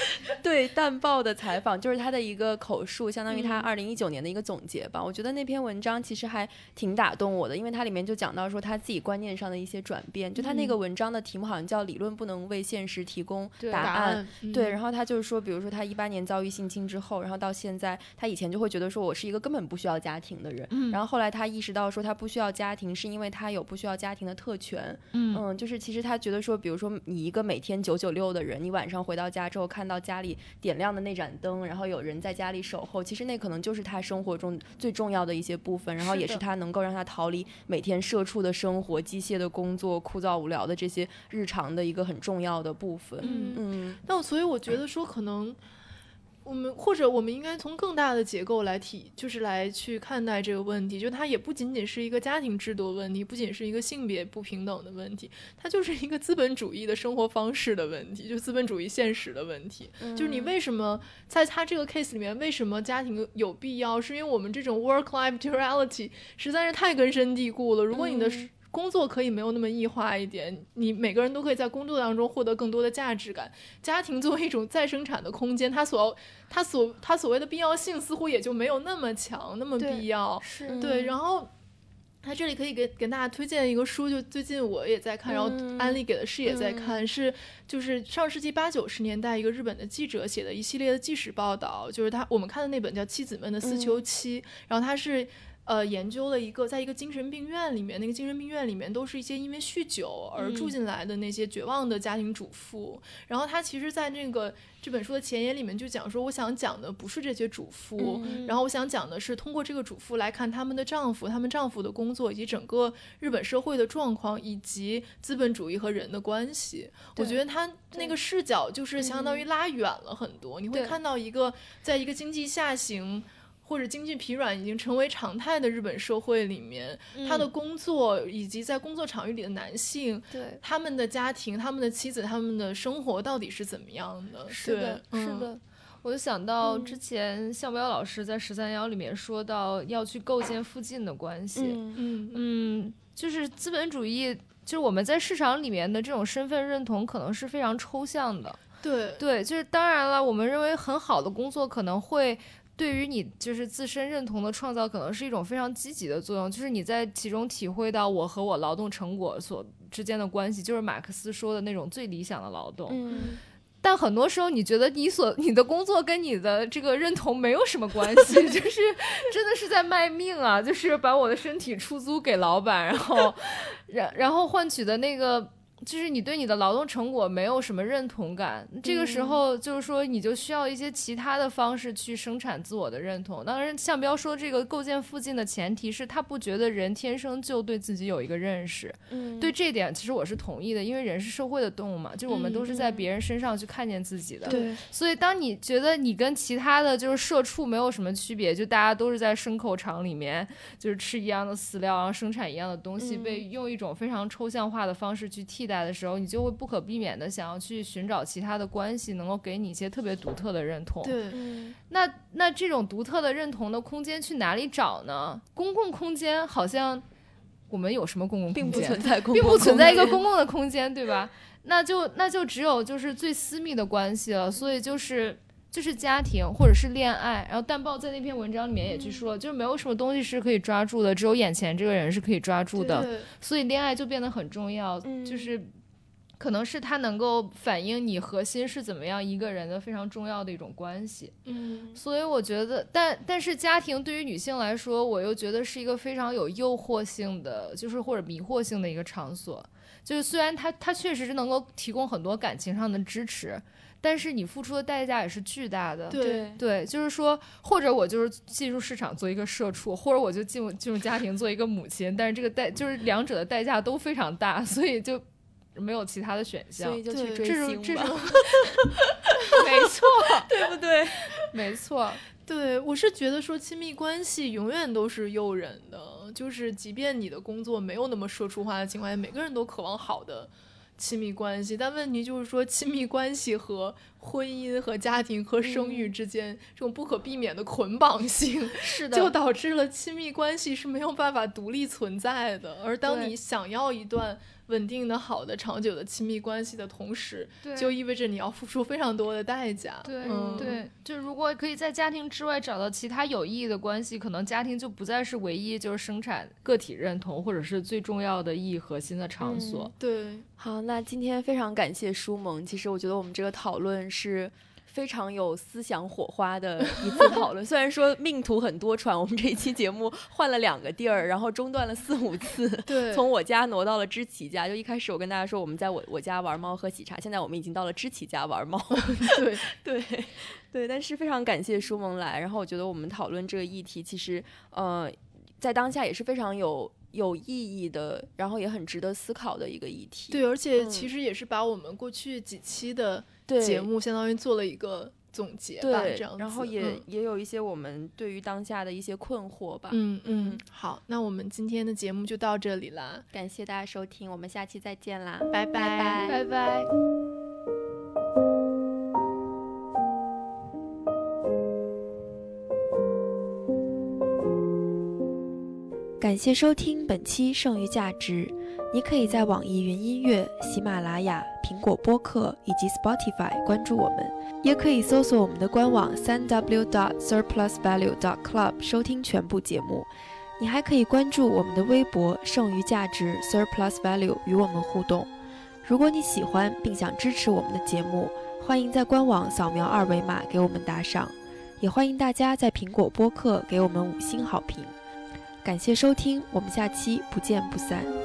对淡报的采访，就是他的一个口述，相当于他二零一九年的一个总结吧、嗯、我觉得那篇文章其实还挺打动我的，因为它里面就讲到说他自己观念上的一些转变，就他那个文章的题目好像叫理论不能为现实提供答案， 对, 对、嗯、然后他就是说比如说他一八年遭遇性侵之后，然后到现在他以前就会觉得说我是一个根本不需要家庭的人、嗯、然后后来他意识到说他不需要家庭是因为他有不需要家庭的特权， 嗯, 嗯就是其实他觉得说比如说你一个每天九九六的人，你晚上回到家之后看到家里点亮的那盏灯，然后有人在家里守候，其实那可能就是他生活中最重要的一些部分，然后也是他能够让他逃离每天社畜的生活、机械的工作、枯燥无聊的这些日常的一个很重要的部分。嗯嗯，那所以我觉得说可能我们或者我们应该从更大的结构来体，就是来去看待这个问题，就它也不仅仅是一个家庭制度的问题，不仅是一个性别不平等的问题，它就是一个资本主义的生活方式的问题，就资本主义现实的问题、嗯、就是你为什么在他这个 case 里面为什么家庭有必要，是因为我们这种 work-life duality 实在是太根深蒂固了。如果你的、嗯工作可以没有那么异化一点，你每个人都可以在工作当中获得更多的价值感，家庭作为一种再生产的空间，它所它所它所谓的必要性似乎也就没有那么强，那么必要。 是对，然后他这里可以给给大家推荐一个书，就最近我也在看，然后安利给的是也在看、嗯、是就是上世纪八九十年代一个日本的记者写的一系列的纪实报道，就是他我们看的那本叫《妻子们的思秋期》、嗯、然后他是呃，研究了一个在一个精神病院里面，那个精神病院里面都是一些因为酗酒而住进来的那些绝望的家庭主妇、嗯、然后他其实在那个这本书的前言里面就讲说，我想讲的不是这些主妇、嗯、然后我想讲的是通过这个主妇来看他们的丈夫，他们丈夫的工作，以及整个日本社会的状况，以及资本主义和人的关系。我觉得他那个视角就是相当于拉远了很多、嗯、你会看到一个在一个经济下行或者经济疲软已经成为常态的日本社会里面、嗯、他的工作以及在工作场域里的男性，对他们的家庭、他们的妻子、他们的生活到底是怎么样的。 是的，是的、嗯、我就想到之前向彪老师在十三幺里面说到要去构建附近的关系，嗯 嗯, 嗯就是资本主义就是我们在市场里面的这种身份认同可能是非常抽象的。 对对，就是当然了，我们认为很好的工作可能会对于你就是自身认同的创造可能是一种非常积极的作用，就是你在其中体会到我和我劳动成果所之间的关系，就是马克思说的那种最理想的劳动、嗯、但很多时候你觉得你所你的工作跟你的这个认同没有什么关系就是真的是在卖命啊，就是把我的身体出租给老板，然后然然后换取的那个就是你对你的劳动成果没有什么认同感，这个时候就是说你就需要一些其他的方式去生产自我的认同。当然向彪说这个构建附近的前提是他不觉得人天生就对自己有一个认识、嗯、对这点其实我是同意的，因为人是社会的动物嘛，就是我们都是在别人身上去看见自己的、嗯、所以当你觉得你跟其他的就是社畜没有什么区别，就大家都是在牲口场里面就是吃一样的饲料，然后生产一样的东西、嗯、被用一种非常抽象化的方式去替代的时候，你就会不可避免的想要去寻找其他的关系能够给你一些特别独特的认同。 对， 那那这种独特的认同的空间去哪里找呢？公共空间好像我们有什么公共空间？ 并不存在公共空间， 并不存在一个公共的空间，对吧？那就那就只有就是最私密的关系了，所以就是就是家庭或者是恋爱。然后淡豹在那篇文章里面也去说、嗯、就是没有什么东西是可以抓住的，只有眼前这个人是可以抓住的，所以恋爱就变得很重要、嗯、就是可能是它能够反映你核心是怎么样一个人的非常重要的一种关系。嗯，所以我觉得但但是家庭对于女性来说，我又觉得是一个非常有诱惑性的，就是或者迷惑性的一个场所。就是虽然它它确实是能够提供很多感情上的支持，但是你付出的代价也是巨大的。 对对，就是说或者我就是进入市场做一个社畜，或者我就进入进入家庭做一个母亲，但是这个代就是两者的代价都非常大，所以就没有其他的选项， 所以就去追星吧。 这种没错对不对？ 没错。 对，我是觉得说亲密关系永远都是诱人的，就是即便你的工作没有那么社畜化的情况下，每个人都渴望好的亲密关系，但问题就是说亲密关系和婚姻和家庭和生育之间、嗯、这种不可避免的捆绑性是的， 就导致了亲密关系是没有办法独立存在的。而当你想要一段稳定的好的长久的亲密关系的同时，就意味着你要付出非常多的代价。 对、 嗯、 对，就如果可以在家庭之外找到其他有意义的关系，可能家庭就不再是唯一就是生产个体认同或者是最重要的意义核心的场所、嗯、 对。 好，那今天非常感谢舒萌，其实我觉得我们这个讨论是非常有思想火花的一次讨论虽然说命途很多舛，我们这一期节目换了两个地儿，然后中断了四五次， 对， 从我家挪到了知棋家。就一开始我跟大家说我们在我我家玩猫喝喜茶，现在我们已经到了知棋家玩猫对对对，但是非常感谢舒萌来，然后我觉得我们讨论这个议题其实呃在当下也是非常有有意义的，然后也很值得思考的一个议题。 对，而且其实也是把我们过去几期的节目相当于做了一个总结吧， 对， 这样子， 然后也、 嗯、 也有一些我们对于当下的一些困惑吧。 嗯嗯，好，那我们今天的节目就到这里啦， 感谢大家收听，我们下期再见啦， 拜拜拜拜。 感谢收听本期剩余价值，你可以在网易云音乐、喜马拉雅、苹果播客以及 Spotify 关注我们，也可以搜索我们的官网 三 w dot surplus value dot club 收听全部节目。你还可以关注我们的微博剩余价值 surplus value 与我们互动。如果你喜欢并想支持我们的节目，欢迎在官网扫描二维码给我们打赏，也欢迎大家在苹果播客给我们五星好评。感谢收听，我们下期不见不散。